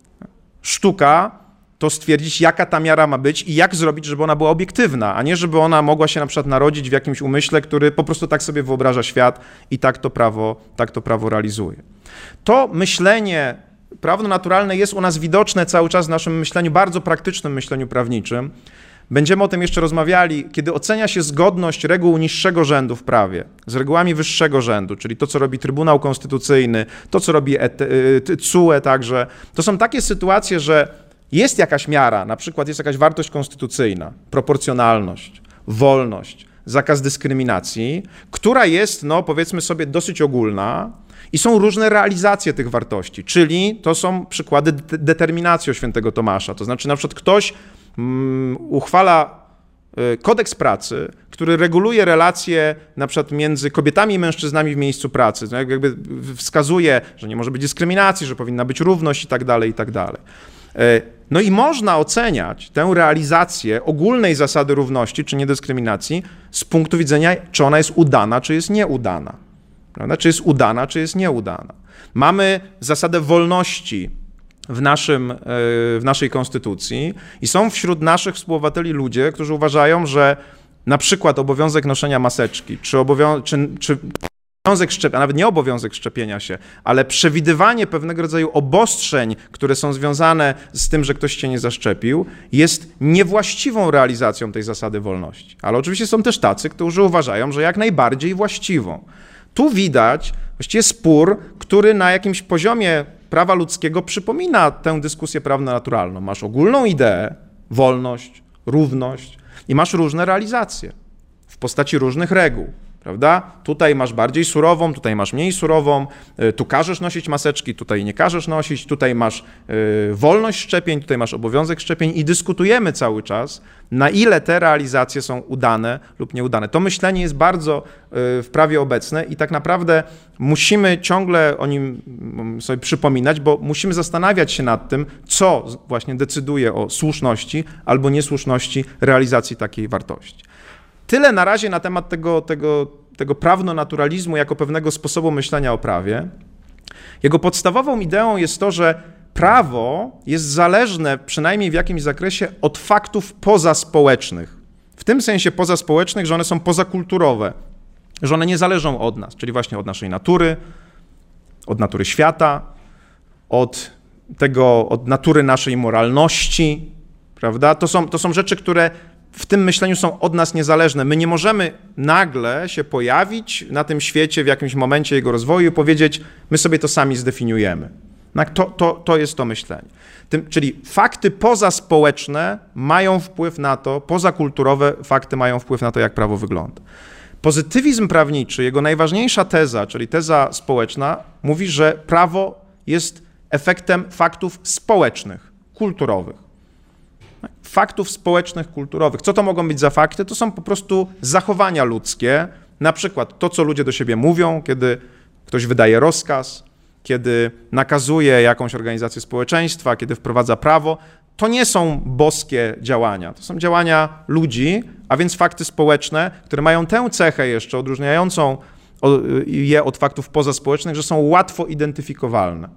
Sztuka to stwierdzić, jaka ta miara ma być i jak zrobić, żeby ona była obiektywna, a nie żeby ona mogła się na przykład narodzić w jakimś umyśle, który po prostu tak sobie wyobraża świat i tak to prawo, tak to prawo realizuje. To myślenie prawnonaturalne jest u nas widoczne cały czas w naszym myśleniu, bardzo praktycznym myśleniu prawniczym. Będziemy o tym jeszcze rozmawiali, kiedy ocenia się zgodność reguł niższego rzędu w prawie z regułami wyższego rzędu, czyli to, co robi Trybunał Konstytucyjny, to, co robi C U E także. To są takie sytuacje, że jest jakaś miara, na przykład jest jakaś wartość konstytucyjna, proporcjonalność, wolność, zakaz dyskryminacji, która jest, no powiedzmy sobie, dosyć ogólna i są różne realizacje tych wartości, czyli to są przykłady de- determinacji świętego Tomasza, to znaczy na przykład ktoś um, uchwala y, kodeks pracy, który reguluje relacje na przykład między kobietami i mężczyznami w miejscu pracy, no, jakby wskazuje, że nie może być dyskryminacji, że powinna być równość i tak dalej, i tak dalej. No i można oceniać tę realizację ogólnej zasady równości czy niedyskryminacji z punktu widzenia, czy ona jest udana, czy jest nieudana. Prawda? Czy jest udana, czy jest nieudana. Mamy zasadę wolności w, naszym, w naszej konstytucji i są wśród naszych współobywateli ludzie, którzy uważają, że na przykład obowiązek noszenia maseczki, czy obowiązek, czy, czy Obowiązek szczepienia, a nawet nie obowiązek szczepienia się, ale przewidywanie pewnego rodzaju obostrzeń, które są związane z tym, że ktoś się nie zaszczepił, jest niewłaściwą realizacją tej zasady wolności. Ale oczywiście są też tacy, którzy uważają, że jak najbardziej właściwą. Tu widać właściwie spór, który na jakimś poziomie prawa ludzkiego przypomina tę dyskusję prawno-naturalną. Masz ogólną ideę, wolność, równość i masz różne realizacje w postaci różnych reguł. Prawda? Tutaj masz bardziej surową, tutaj masz mniej surową, tu każesz nosić maseczki, tutaj nie każesz nosić, tutaj masz y, wolność szczepień, tutaj masz obowiązek szczepień i dyskutujemy cały czas, na ile te realizacje są udane lub nieudane. To myślenie jest bardzo y, w prawie obecne i tak naprawdę musimy ciągle o nim sobie przypominać, bo musimy zastanawiać się nad tym, co właśnie decyduje o słuszności albo niesłuszności realizacji takiej wartości. Tyle na razie na temat tego, tego, tego prawnonaturalizmu jako pewnego sposobu myślenia o prawie. Jego podstawową ideą jest to, że prawo jest zależne przynajmniej w jakimś zakresie od faktów pozaspołecznych. W tym sensie pozaspołecznych, że one są pozakulturowe, że one nie zależą od nas, czyli właśnie od naszej natury, od natury świata, od tego, od natury naszej moralności, prawda? To są, to są rzeczy, które w tym myśleniu są od nas niezależne. My nie możemy nagle się pojawić na tym świecie w jakimś momencie jego rozwoju i powiedzieć, my sobie to sami zdefiniujemy. To, to, to jest to myślenie. Tym, czyli fakty pozaspołeczne mają wpływ na to, pozakulturowe fakty mają wpływ na to, jak prawo wygląda. Pozytywizm prawniczy, jego najważniejsza teza, czyli teza społeczna, mówi, że prawo jest efektem faktów społecznych, kulturowych. Faktów społecznych, kulturowych. Co to mogą być za fakty? To są po prostu zachowania ludzkie, na przykład to, co ludzie do siebie mówią, kiedy ktoś wydaje rozkaz, kiedy nakazuje jakąś organizację społeczeństwa, kiedy wprowadza prawo. To nie są boskie działania, to są działania ludzi, a więc fakty społeczne, które mają tę cechę jeszcze odróżniającą je od faktów pozaspołecznych, że są łatwo identyfikowalne.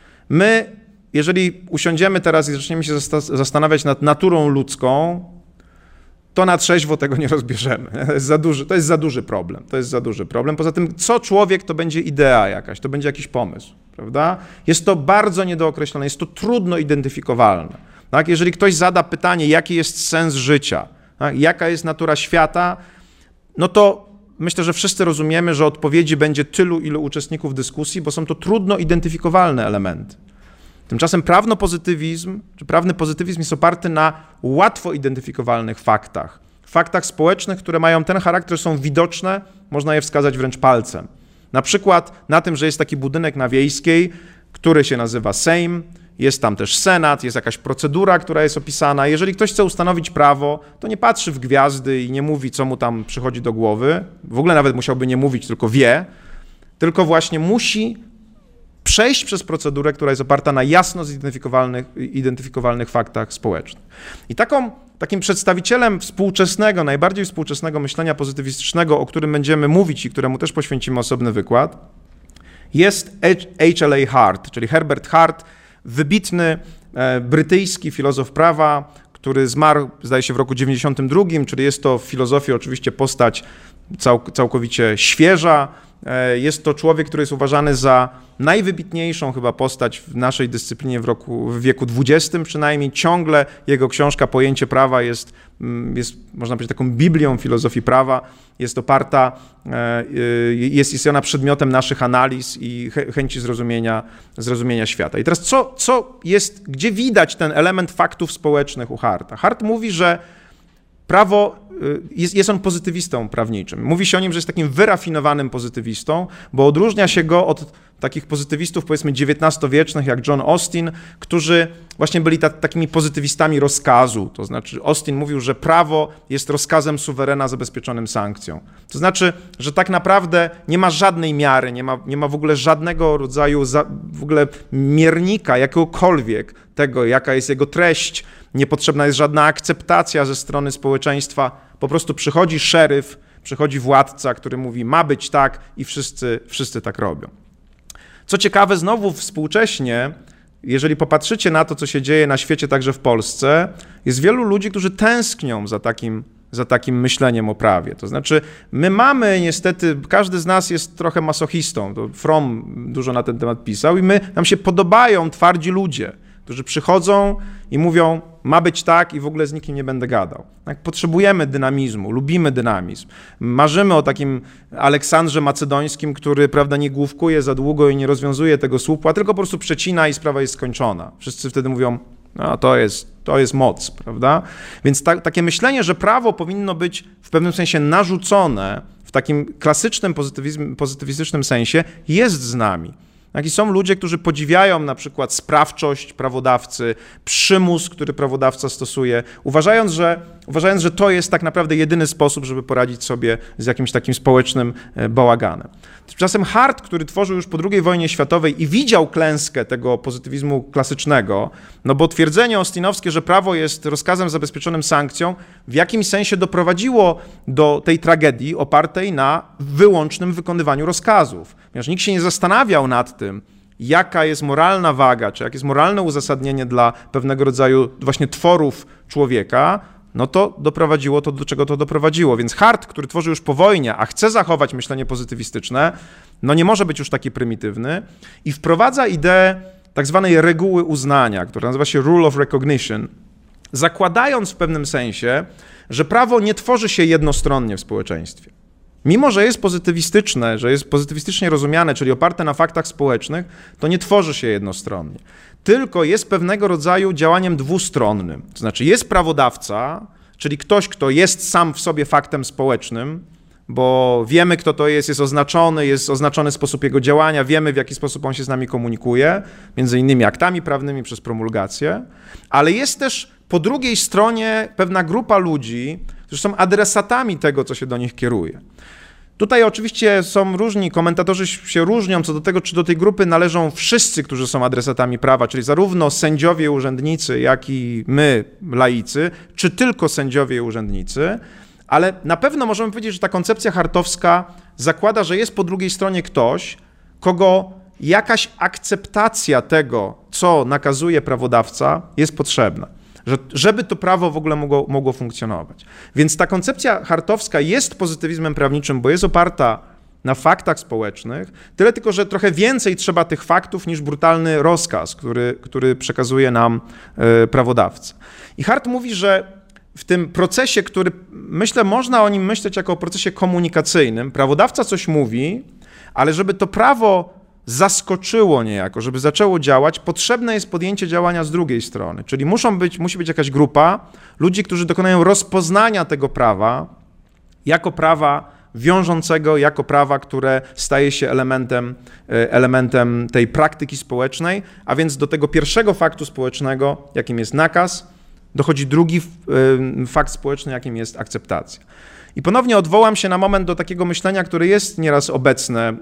My Jeżeli usiądziemy teraz i zaczniemy się zastanawiać nad naturą ludzką, to na trzeźwo tego nie rozbierzemy. To jest za duży, to jest za duży problem. To jest za duży problem. Poza tym, co człowiek, to będzie idea jakaś, to będzie jakiś pomysł, prawda? Jest to bardzo niedookreślone, jest to trudno identyfikowalne. Tak? Jeżeli ktoś zada pytanie, jaki jest sens życia, tak? Jaka jest natura świata, no to myślę, że wszyscy rozumiemy, że odpowiedzi będzie tylu, ilu uczestników dyskusji, bo są to trudno identyfikowalne elementy. Tymczasem prawnopozytywizm, czy prawny pozytywizm jest oparty na łatwo identyfikowalnych faktach. Faktach społecznych, które mają ten charakter, że są widoczne, można je wskazać wręcz palcem. Na przykład na tym, że jest taki budynek na Wiejskiej, który się nazywa Sejm, jest tam też Senat, jest jakaś procedura, która jest opisana. Jeżeli ktoś chce ustanowić prawo, to nie patrzy w gwiazdy i nie mówi, co mu tam przychodzi do głowy. W ogóle nawet musiałby nie mówić, tylko wie. Tylko właśnie musi przejść przez procedurę, która jest oparta na jasno zidentyfikowalnych identyfikowalnych faktach społecznych. I taką, takim przedstawicielem współczesnego, najbardziej współczesnego myślenia pozytywistycznego, o którym będziemy mówić i któremu też poświęcimy osobny wykład, jest H L A Hart, czyli Herbert Hart, wybitny e, brytyjski filozof prawa, który zmarł, zdaje się, w roku dziewięćdziesiątym drugim, czyli jest to w filozofii oczywiście postać cał, całkowicie świeża. E, jest to człowiek, który jest uważany za najwybitniejszą chyba postać w naszej dyscyplinie w, roku, w wieku dwudziestym przynajmniej. Ciągle jego książka Pojęcie prawa jest, jest, można powiedzieć, taką biblią filozofii prawa. Jest oparta, jest, jest ona przedmiotem naszych analiz i chęci zrozumienia, zrozumienia świata. I teraz co, co jest, gdzie widać ten element faktów społecznych u Harta? Hart mówi, że prawo, jest, jest on pozytywistą prawniczym. Mówi się o nim, że jest takim wyrafinowanym pozytywistą, bo odróżnia się go od takich pozytywistów, powiedzmy dziewiętnastowiecznych, jak John Austin, którzy właśnie byli ta, takimi pozytywistami rozkazu. To znaczy Austin mówił, że prawo jest rozkazem suwerena zabezpieczonym sankcją. To znaczy, że tak naprawdę nie ma żadnej miary, nie ma, nie ma w ogóle żadnego rodzaju za, w ogóle miernika, jakiegokolwiek tego, jaka jest jego treść. Niepotrzebna jest żadna akceptacja ze strony społeczeństwa. Po prostu przychodzi szeryf, przychodzi władca, który mówi, ma być tak i wszyscy, wszyscy tak robią. Co ciekawe, znowu współcześnie, jeżeli popatrzycie na to, co się dzieje na świecie, także w Polsce, jest wielu ludzi, którzy tęsknią za takim, za takim myśleniem o prawie. To znaczy, my mamy niestety, każdy z nas jest trochę masochistą, to Fromm dużo na ten temat pisał i my, nam się podobają twardzi ludzie, którzy przychodzą i mówią, ma być tak i w ogóle z nikim nie będę gadał. Tak, potrzebujemy dynamizmu, lubimy dynamizm. Marzymy o takim Aleksandrze Macedońskim, który, prawda, nie główkuje za długo i nie rozwiązuje tego słupła, tylko po prostu przecina i sprawa jest skończona. Wszyscy wtedy mówią, no to jest, to jest moc, prawda? Więc ta, takie myślenie, że prawo powinno być w pewnym sensie narzucone, w takim klasycznym pozytywistycznym sensie, jest z nami. I są ludzie, którzy podziwiają na przykład sprawczość prawodawcy, przymus, który prawodawca stosuje, uważając, że, uważając, że to jest tak naprawdę jedyny sposób, żeby poradzić sobie z jakimś takim społecznym bałaganem. Tymczasem Hart, który tworzył już po drugiej wojnie światowej i widział klęskę tego pozytywizmu klasycznego, no bo twierdzenie austinowskie, że prawo jest rozkazem zabezpieczonym sankcją, w jakimś sensie doprowadziło do tej tragedii opartej na wyłącznym wykonywaniu rozkazów. Ponieważ nikt się nie zastanawiał nad tym, jaka jest moralna waga, czy jakie jest moralne uzasadnienie dla pewnego rodzaju właśnie tworów człowieka, no to doprowadziło to, do czego to doprowadziło. Więc Hart, który tworzy już po wojnie, a chce zachować myślenie pozytywistyczne, no nie może być już taki prymitywny i wprowadza ideę tak zwanej reguły uznania, która nazywa się Rule of Recognition, zakładając w pewnym sensie, że prawo nie tworzy się jednostronnie w społeczeństwie. Mimo że jest pozytywistyczne, że jest pozytywistycznie rozumiane, czyli oparte na faktach społecznych, to nie tworzy się jednostronnie. Tylko jest pewnego rodzaju działaniem dwustronnym. To znaczy jest prawodawca, czyli ktoś, kto jest sam w sobie faktem społecznym, bo wiemy, kto to jest, jest oznaczony, jest oznaczony sposób jego działania, wiemy, w jaki sposób on się z nami komunikuje, między innymi aktami prawnymi przez promulgację, ale jest też po drugiej stronie pewna grupa ludzi, którzy są adresatami tego, co się do nich kieruje. Tutaj oczywiście są różni, komentatorzy się różnią co do tego, czy do tej grupy należą wszyscy, którzy są adresatami prawa, czyli zarówno sędziowie, urzędnicy, jak i my, laicy, czy tylko sędziowie i urzędnicy, ale na pewno możemy powiedzieć, że ta koncepcja hartowska zakłada, że jest po drugiej stronie ktoś, kogo jakaś akceptacja tego, co nakazuje prawodawca, jest potrzebna. że, żeby to prawo w ogóle mogło, mogło funkcjonować. Więc ta koncepcja hartowska jest pozytywizmem prawniczym, bo jest oparta na faktach społecznych, tyle tylko, że trochę więcej trzeba tych faktów niż brutalny rozkaz, który, który przekazuje nam y, prawodawca. I Hart mówi, że w tym procesie, który, myślę, można o nim myśleć jako o procesie komunikacyjnym, prawodawca coś mówi, ale żeby to prawo zaskoczyło niejako, żeby zaczęło działać, potrzebne jest podjęcie działania z drugiej strony. Czyli muszą być, musi być jakaś grupa ludzi, którzy dokonają rozpoznania tego prawa jako prawa wiążącego, jako prawa, które staje się elementem, elementem tej praktyki społecznej, a więc do tego pierwszego faktu społecznego, jakim jest nakaz, dochodzi drugi fakt społeczny, jakim jest akceptacja. I ponownie odwołam się na moment do takiego myślenia, które jest nieraz obecne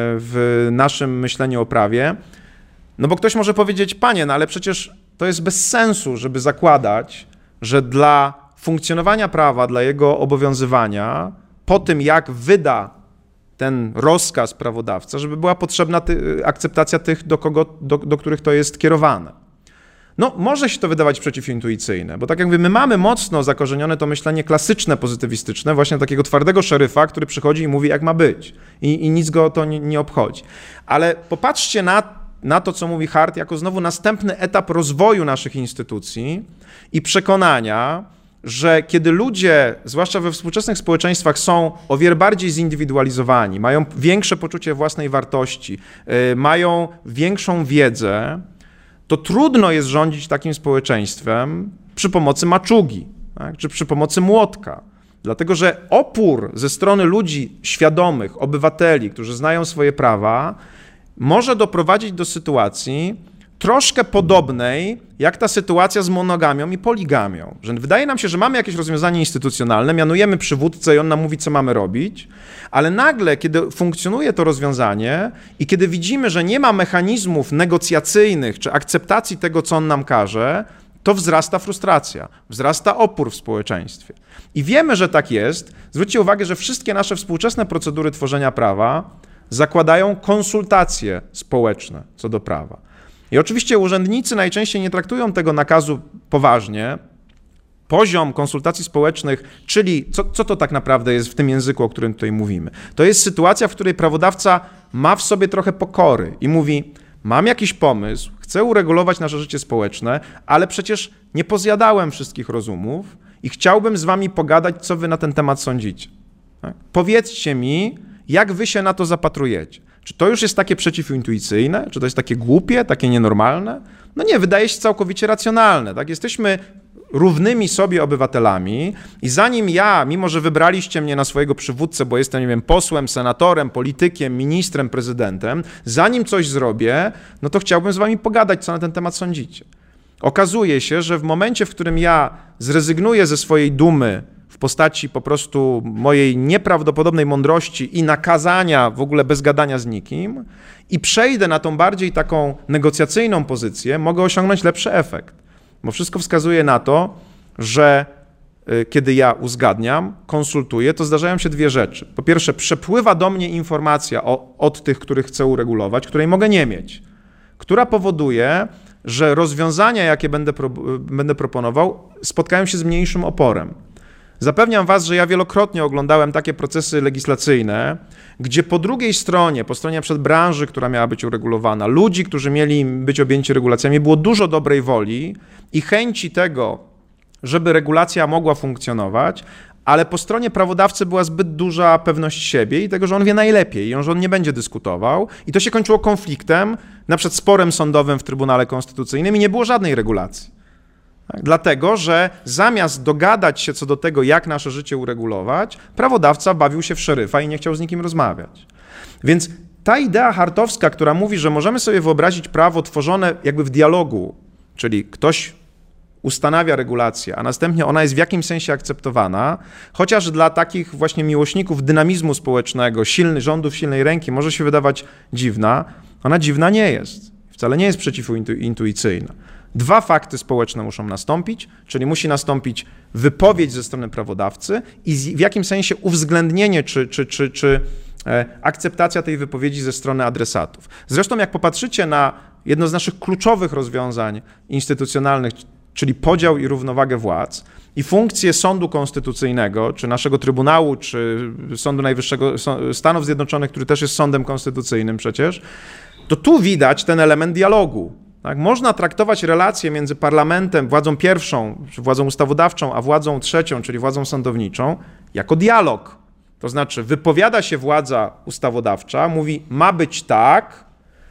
w naszym myśleniu o prawie, no bo ktoś może powiedzieć, panie, no ale przecież to jest bez sensu, żeby zakładać, że dla funkcjonowania prawa, dla jego obowiązywania, po tym jak wyda ten rozkaz prawodawca, żeby była potrzebna ty, akceptacja tych, do, kogo, do, do których to jest kierowane. No, może się to wydawać przeciwintuicyjne, bo tak jak mówię, my mamy mocno zakorzenione to myślenie klasyczne, pozytywistyczne, właśnie takiego twardego szeryfa, który przychodzi i mówi, jak ma być i, i nic go to nie, nie obchodzi. Ale popatrzcie na, na to, co mówi Hart, jako znowu następny etap rozwoju naszych instytucji i przekonania, że kiedy ludzie, zwłaszcza we współczesnych społeczeństwach, są o wiele bardziej zindywidualizowani, mają większe poczucie własnej wartości, yy, mają większą wiedzę, to trudno jest rządzić takim społeczeństwem przy pomocy maczugi, tak, czy przy pomocy młotka. Dlatego, że opór ze strony ludzi świadomych, obywateli, którzy znają swoje prawa, może doprowadzić do sytuacji troszkę podobnej, jak ta sytuacja z monogamią i poligamią. Że wydaje nam się, że mamy jakieś rozwiązanie instytucjonalne, mianujemy przywódcę i on nam mówi, co mamy robić, ale nagle, kiedy funkcjonuje to rozwiązanie i kiedy widzimy, że nie ma mechanizmów negocjacyjnych czy akceptacji tego, co on nam każe, to wzrasta frustracja, wzrasta opór w społeczeństwie. I wiemy, że tak jest. Zwróćcie uwagę, że wszystkie nasze współczesne procedury tworzenia prawa zakładają konsultacje społeczne co do prawa. I oczywiście urzędnicy najczęściej nie traktują tego nakazu poważnie. Poziom konsultacji społecznych, czyli co, co to tak naprawdę jest w tym języku, o którym tutaj mówimy? To jest sytuacja, w której prawodawca ma w sobie trochę pokory i mówi, mam jakiś pomysł, chcę uregulować nasze życie społeczne, ale przecież nie pozjadałem wszystkich rozumów i chciałbym z wami pogadać, co wy na ten temat sądzicie. Tak? Powiedzcie mi, jak wy się na to zapatrujecie. Czy to już jest takie przeciwintuicyjne? Czy to jest takie głupie, takie nienormalne? No nie, wydaje się całkowicie racjonalne. Tak? Jesteśmy równymi sobie obywatelami i zanim ja, mimo że wybraliście mnie na swojego przywódcę, bo jestem, nie wiem, posłem, senatorem, politykiem, ministrem, prezydentem, zanim coś zrobię, no to chciałbym z wami pogadać, co na ten temat sądzicie. Okazuje się, że w momencie, w którym ja zrezygnuję ze swojej dumy w postaci po prostu mojej nieprawdopodobnej mądrości i nakazania w ogóle bez gadania z nikim i przejdę na tą bardziej taką negocjacyjną pozycję, mogę osiągnąć lepszy efekt. Bo wszystko wskazuje na to, że kiedy ja uzgadniam, konsultuję, to zdarzają się dwie rzeczy. Po pierwsze, przepływa do mnie informacja o, od tych, których chcę uregulować, której mogę nie mieć, która powoduje, że rozwiązania, jakie będę, pro, będę proponował, spotkają się z mniejszym oporem. Zapewniam was, że ja wielokrotnie oglądałem takie procesy legislacyjne, gdzie po drugiej stronie, po stronie przed branży, która miała być uregulowana, ludzi, którzy mieli być objęci regulacjami, było dużo dobrej woli i chęci tego, żeby regulacja mogła funkcjonować, ale po stronie prawodawcy była zbyt duża pewność siebie i tego, że on wie najlepiej i że on nie będzie dyskutował i to się kończyło konfliktem, na przykład sporem sądowym w Trybunale Konstytucyjnym i nie było żadnej regulacji. Tak? Dlatego, że zamiast dogadać się co do tego, jak nasze życie uregulować, prawodawca bawił się w szeryfa i nie chciał z nikim rozmawiać. Więc ta idea hartowska, która mówi, że możemy sobie wyobrazić prawo tworzone jakby w dialogu, czyli ktoś ustanawia regulację, a następnie ona jest w jakimś sensie akceptowana, chociaż dla takich właśnie miłośników dynamizmu społecznego, silny, rządów silnej ręki może się wydawać dziwna, ona dziwna nie jest. Wcale nie jest przeciwintuicyjna. Dwa fakty społeczne muszą nastąpić, czyli musi nastąpić wypowiedź ze strony prawodawcy i w jakimś sensie uwzględnienie czy, czy, czy, czy akceptacja tej wypowiedzi ze strony adresatów. Zresztą jak popatrzycie na jedno z naszych kluczowych rozwiązań instytucjonalnych, czyli podział i równowagę władz, i funkcję sądu konstytucyjnego, czy naszego Trybunału, czy Sądu Najwyższego Stanów Zjednoczonych, który też jest sądem konstytucyjnym przecież, to tu widać ten element dialogu. Tak? Można traktować relacje między parlamentem, władzą pierwszą, czy władzą ustawodawczą, a władzą trzecią, czyli władzą sądowniczą, jako dialog. To znaczy wypowiada się władza ustawodawcza, mówi ma być tak,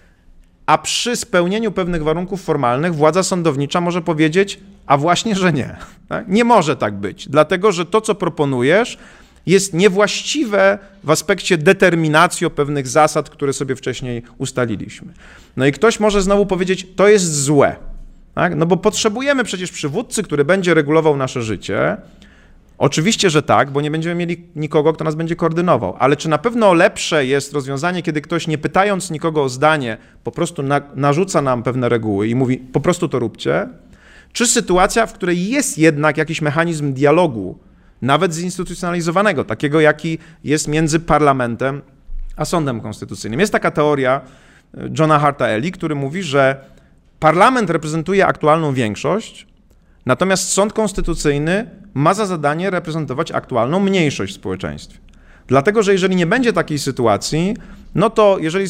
a przy spełnieniu pewnych warunków formalnych władza sądownicza może powiedzieć, a właśnie, że nie. Tak? Nie może tak być, dlatego że to, co proponujesz, jest niewłaściwe w aspekcie determinacji pewnych zasad, które sobie wcześniej ustaliliśmy. No i ktoś może znowu powiedzieć, to jest złe, tak? No bo potrzebujemy przecież przywódcy, który będzie regulował nasze życie. Oczywiście, że tak, bo nie będziemy mieli nikogo, kto nas będzie koordynował, ale czy na pewno lepsze jest rozwiązanie, kiedy ktoś, nie pytając nikogo o zdanie, po prostu na, narzuca nam pewne reguły i mówi, po prostu to róbcie, czy sytuacja, w której jest jednak jakiś mechanizm dialogu, nawet zinstytucjonalizowanego, takiego jaki jest między parlamentem a sądem konstytucyjnym. Jest taka teoria Johna Harta Ely, który mówi, że parlament reprezentuje aktualną większość, natomiast sąd konstytucyjny ma za zadanie reprezentować aktualną mniejszość w społeczeństwie. Dlatego, że jeżeli nie będzie takiej sytuacji, no to jeżeli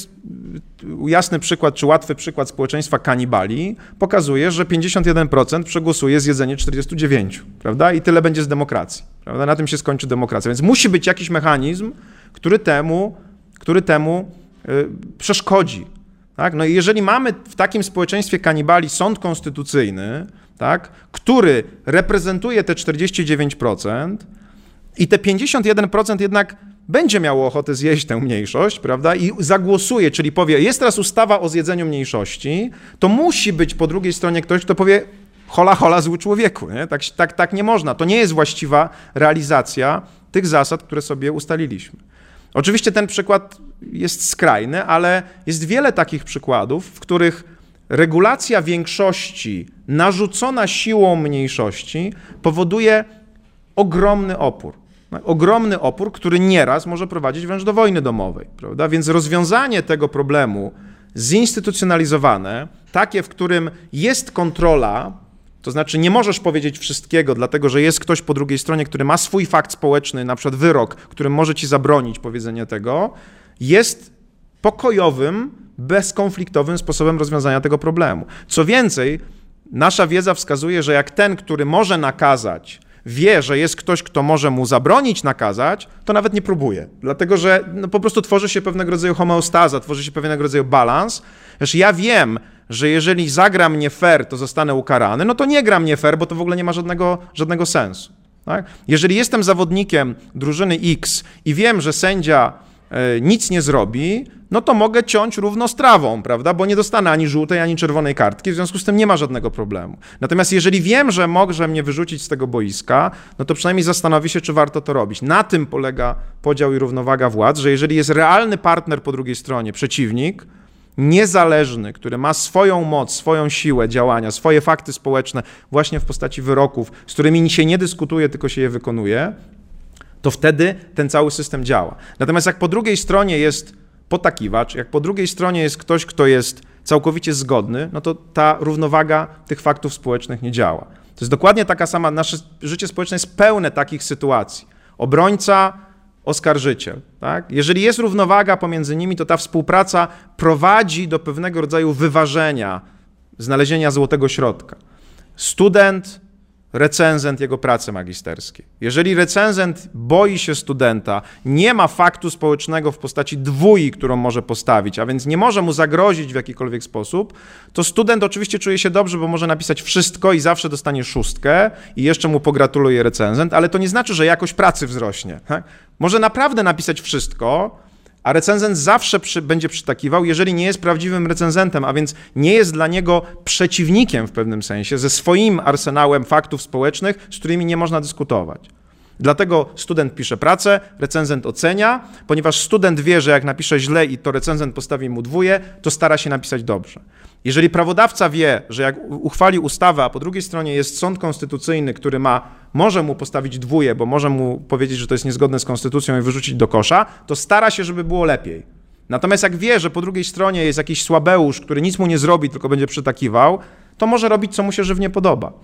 jasny przykład, czy łatwy przykład społeczeństwa kanibali pokazuje, że pięćdziesiąt jeden procent przegłosuje zjedzenie czterdziestu dziewięciu, prawda? I tyle będzie z demokracji, prawda? Na tym się skończy demokracja. Więc musi być jakiś mechanizm, który temu, który temu yy, przeszkodzi. Tak? No i jeżeli mamy w takim społeczeństwie kanibali sąd konstytucyjny, tak, który reprezentuje te czterdzieści dziewięć procent i te pięćdziesiąt jeden procent jednak będzie miało ochotę zjeść tę mniejszość, prawda, i zagłosuje, czyli powie, jest teraz ustawa o zjedzeniu mniejszości, to musi być po drugiej stronie ktoś, kto powie, hola, hola, zły człowieku, nie? Tak, tak, tak nie można. To nie jest właściwa realizacja tych zasad, które sobie ustaliliśmy. Oczywiście ten przykład jest skrajny, ale jest wiele takich przykładów, w których regulacja większości narzucona siłą mniejszości powoduje ogromny opór. Ogromny opór, który nieraz może prowadzić wręcz do wojny domowej, prawda? Więc rozwiązanie tego problemu zinstytucjonalizowane, takie, w którym jest kontrola, to znaczy nie możesz powiedzieć wszystkiego, dlatego że jest ktoś po drugiej stronie, który ma swój fakt społeczny, na przykład wyrok, którym może ci zabronić powiedzenia tego, jest pokojowym, bezkonfliktowym sposobem rozwiązania tego problemu. Co więcej, nasza wiedza wskazuje, że jak ten, który może nakazać, wie, że jest ktoś, kto może mu zabronić nakazać, to nawet nie próbuje. Dlatego, że no, po prostu tworzy się pewnego rodzaju homeostaza, tworzy się pewnego rodzaju balans. Wiesz, ja wiem, że jeżeli zagram nie fair, to zostanę ukarany, no to nie gram nie fair, bo to w ogóle nie ma żadnego, żadnego sensu. Tak? Jeżeli jestem zawodnikiem drużyny X i wiem, że sędzia e, nic nie zrobi, no to mogę ciąć równo z trawą, prawda? Bo nie dostanę ani żółtej, ani czerwonej kartki, w związku z tym nie ma żadnego problemu. Natomiast jeżeli wiem, że może mnie wyrzucić z tego boiska, no to przynajmniej zastanowię się, czy warto to robić. Na tym polega podział i równowaga władz, że jeżeli jest realny partner po drugiej stronie, przeciwnik, niezależny, który ma swoją moc, swoją siłę działania, swoje fakty społeczne właśnie w postaci wyroków, z którymi się nie dyskutuje, tylko się je wykonuje, to wtedy ten cały system działa. Natomiast jak po drugiej stronie jest potakiwacz, jak po drugiej stronie jest ktoś, kto jest całkowicie zgodny, no to ta równowaga tych faktów społecznych nie działa. To jest dokładnie taka sama, nasze życie społeczne jest pełne takich sytuacji. Obrońca, oskarżyciel. Tak? Jeżeli jest równowaga pomiędzy nimi, to ta współpraca prowadzi do pewnego rodzaju wyważenia, znalezienia złotego środka. Student, recenzent jego pracy magisterskiej. Jeżeli recenzent boi się studenta, nie ma faktu społecznego w postaci dwójki, którą może postawić, a więc nie może mu zagrozić w jakikolwiek sposób, to student oczywiście czuje się dobrze, bo może napisać wszystko i zawsze dostanie szóstkę i jeszcze mu pogratuluje recenzent, ale to nie znaczy, że jakość pracy wzrośnie. Tak? Może naprawdę napisać wszystko, a recenzent zawsze przy, będzie przytakiwał, jeżeli nie jest prawdziwym recenzentem, a więc nie jest dla niego przeciwnikiem w pewnym sensie, ze swoim arsenałem faktów społecznych, z którymi nie można dyskutować. Dlatego student pisze pracę, recenzent ocenia, ponieważ student wie, że jak napisze źle i to recenzent postawi mu dwóje, to stara się napisać dobrze. Jeżeli prawodawca wie, że jak uchwali ustawę, a po drugiej stronie jest sąd konstytucyjny, który ma, może mu postawić dwóje, bo może mu powiedzieć, że to jest niezgodne z konstytucją i wyrzucić do kosza, to stara się, żeby było lepiej. Natomiast jak wie, że po drugiej stronie jest jakiś słabeusz, który nic mu nie zrobi, tylko będzie przytakiwał, to może robić, co mu się żywnie podoba.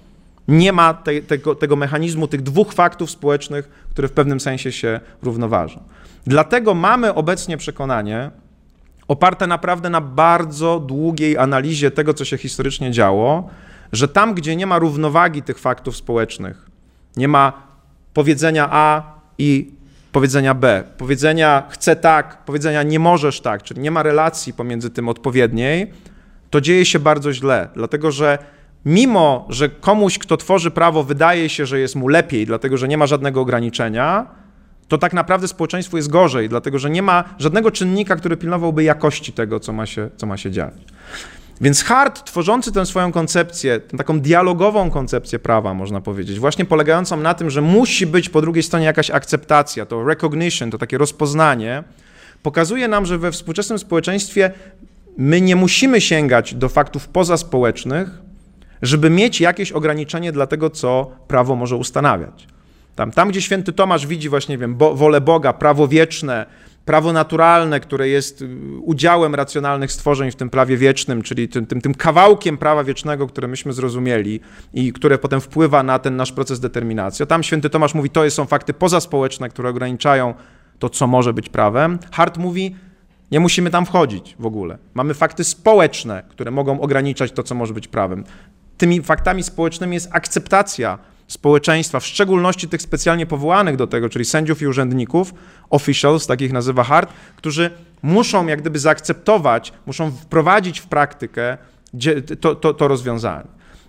Nie ma te, tego, tego mechanizmu, tych dwóch faktów społecznych, które w pewnym sensie się równoważą. Dlatego mamy obecnie przekonanie, oparte naprawdę na bardzo długiej analizie tego, co się historycznie działo, że tam, gdzie nie ma równowagi tych faktów społecznych, nie ma powiedzenia A i powiedzenia B, powiedzenia chcę tak, powiedzenia nie możesz tak, czyli nie ma relacji pomiędzy tym odpowiedniej, to dzieje się bardzo źle, dlatego że mimo, że komuś, kto tworzy prawo, wydaje się, że jest mu lepiej, dlatego że nie ma żadnego ograniczenia, to tak naprawdę społeczeństwu jest gorzej, dlatego że nie ma żadnego czynnika, który pilnowałby jakości tego, co ma się, co ma się dziać. Więc Hart, tworzący tę swoją koncepcję, tę taką dialogową koncepcję prawa, można powiedzieć, właśnie polegającą na tym, że musi być po drugiej stronie jakaś akceptacja, to recognition, to takie rozpoznanie, pokazuje nam, że we współczesnym społeczeństwie my nie musimy sięgać do faktów pozaspołecznych, żeby mieć jakieś ograniczenie dla tego, co prawo może ustanawiać. Tam, tam gdzie święty Tomasz widzi właśnie, nie wiem, bo, wolę Boga, prawo wieczne, prawo naturalne, które jest udziałem racjonalnych stworzeń w tym prawie wiecznym, czyli tym, tym, tym kawałkiem prawa wiecznego, które myśmy zrozumieli i które potem wpływa na ten nasz proces determinacji. Tam święty Tomasz mówi, to są fakty pozaspołeczne, które ograniczają to, co może być prawem. Hart mówi, nie musimy tam wchodzić w ogóle. Mamy fakty społeczne, które mogą ograniczać to, co może być prawem. Tymi faktami społecznymi jest akceptacja społeczeństwa, w szczególności tych specjalnie powołanych do tego, czyli sędziów i urzędników, officials, takich nazywa Hart, którzy muszą jak gdyby zaakceptować, muszą wprowadzić w praktykę to, to, to rozwiązanie.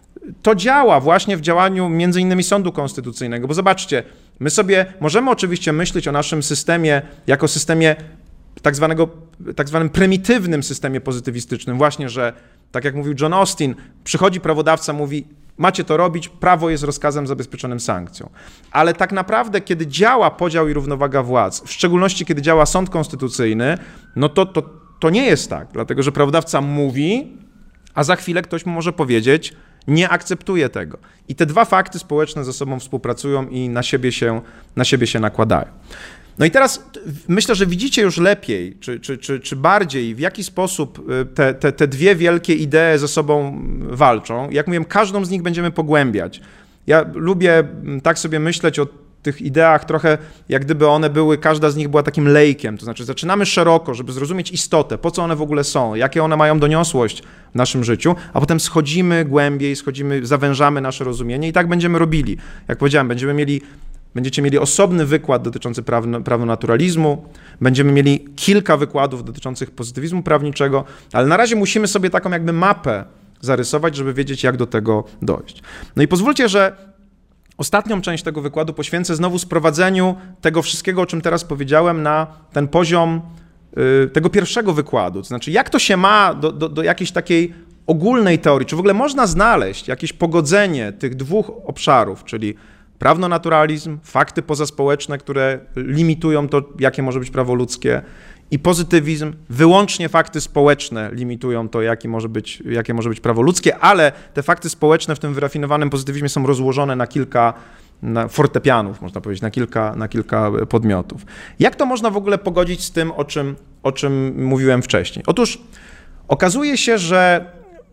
To działa właśnie w działaniu między innymi Sądu Konstytucyjnego, bo zobaczcie, my sobie możemy oczywiście myśleć o naszym systemie jako systemie tak zwanego, tak zwanym prymitywnym systemie pozytywistycznym, właśnie, że tak jak mówił John Austin, przychodzi prawodawca, mówi, macie to robić, prawo jest rozkazem zabezpieczonym sankcją. Ale tak naprawdę, kiedy działa podział i równowaga władz, w szczególności kiedy działa sąd konstytucyjny, no to, to, to nie jest tak, dlatego że prawodawca mówi, a za chwilę ktoś mu może powiedzieć, nie akceptuje tego. I te dwa fakty społeczne ze sobą współpracują i na siebie się, na siebie się nakładają. No i teraz myślę, że widzicie już lepiej, czy, czy, czy, czy bardziej, w jaki sposób te, te, te dwie wielkie idee ze sobą walczą. Jak mówiłem, każdą z nich będziemy pogłębiać. Ja lubię tak sobie myśleć o tych ideach trochę, jak gdyby one były, każda z nich była takim lejkiem, to znaczy zaczynamy szeroko, żeby zrozumieć istotę, po co one w ogóle są, jakie one mają doniosłość w naszym życiu, a potem schodzimy głębiej, schodzimy, zawężamy nasze rozumienie i tak będziemy robili. Jak powiedziałem, będziemy mieli Będziecie mieli osobny wykład dotyczący prawnonaturalizmu, będziemy mieli kilka wykładów dotyczących pozytywizmu prawniczego, ale na razie musimy sobie taką jakby mapę zarysować, żeby wiedzieć, jak do tego dojść. No i pozwólcie, że ostatnią część tego wykładu poświęcę znowu sprowadzeniu tego wszystkiego, o czym teraz powiedziałem, na ten poziom y, tego pierwszego wykładu. To znaczy, jak to się ma do, do, do jakiejś takiej ogólnej teorii, czy w ogóle można znaleźć jakieś pogodzenie tych dwóch obszarów, czyli prawnonaturalizm, fakty pozaspołeczne, które limitują to, jakie może być prawo ludzkie, i pozytywizm, wyłącznie fakty społeczne limitują to, jakie może być, jakie może być prawo ludzkie, ale te fakty społeczne w tym wyrafinowanym pozytywizmie są rozłożone na kilka na fortepianów, można powiedzieć, na kilka, na kilka podmiotów. Jak to można w ogóle pogodzić z tym, o czym, o czym mówiłem wcześniej? Otóż okazuje się, że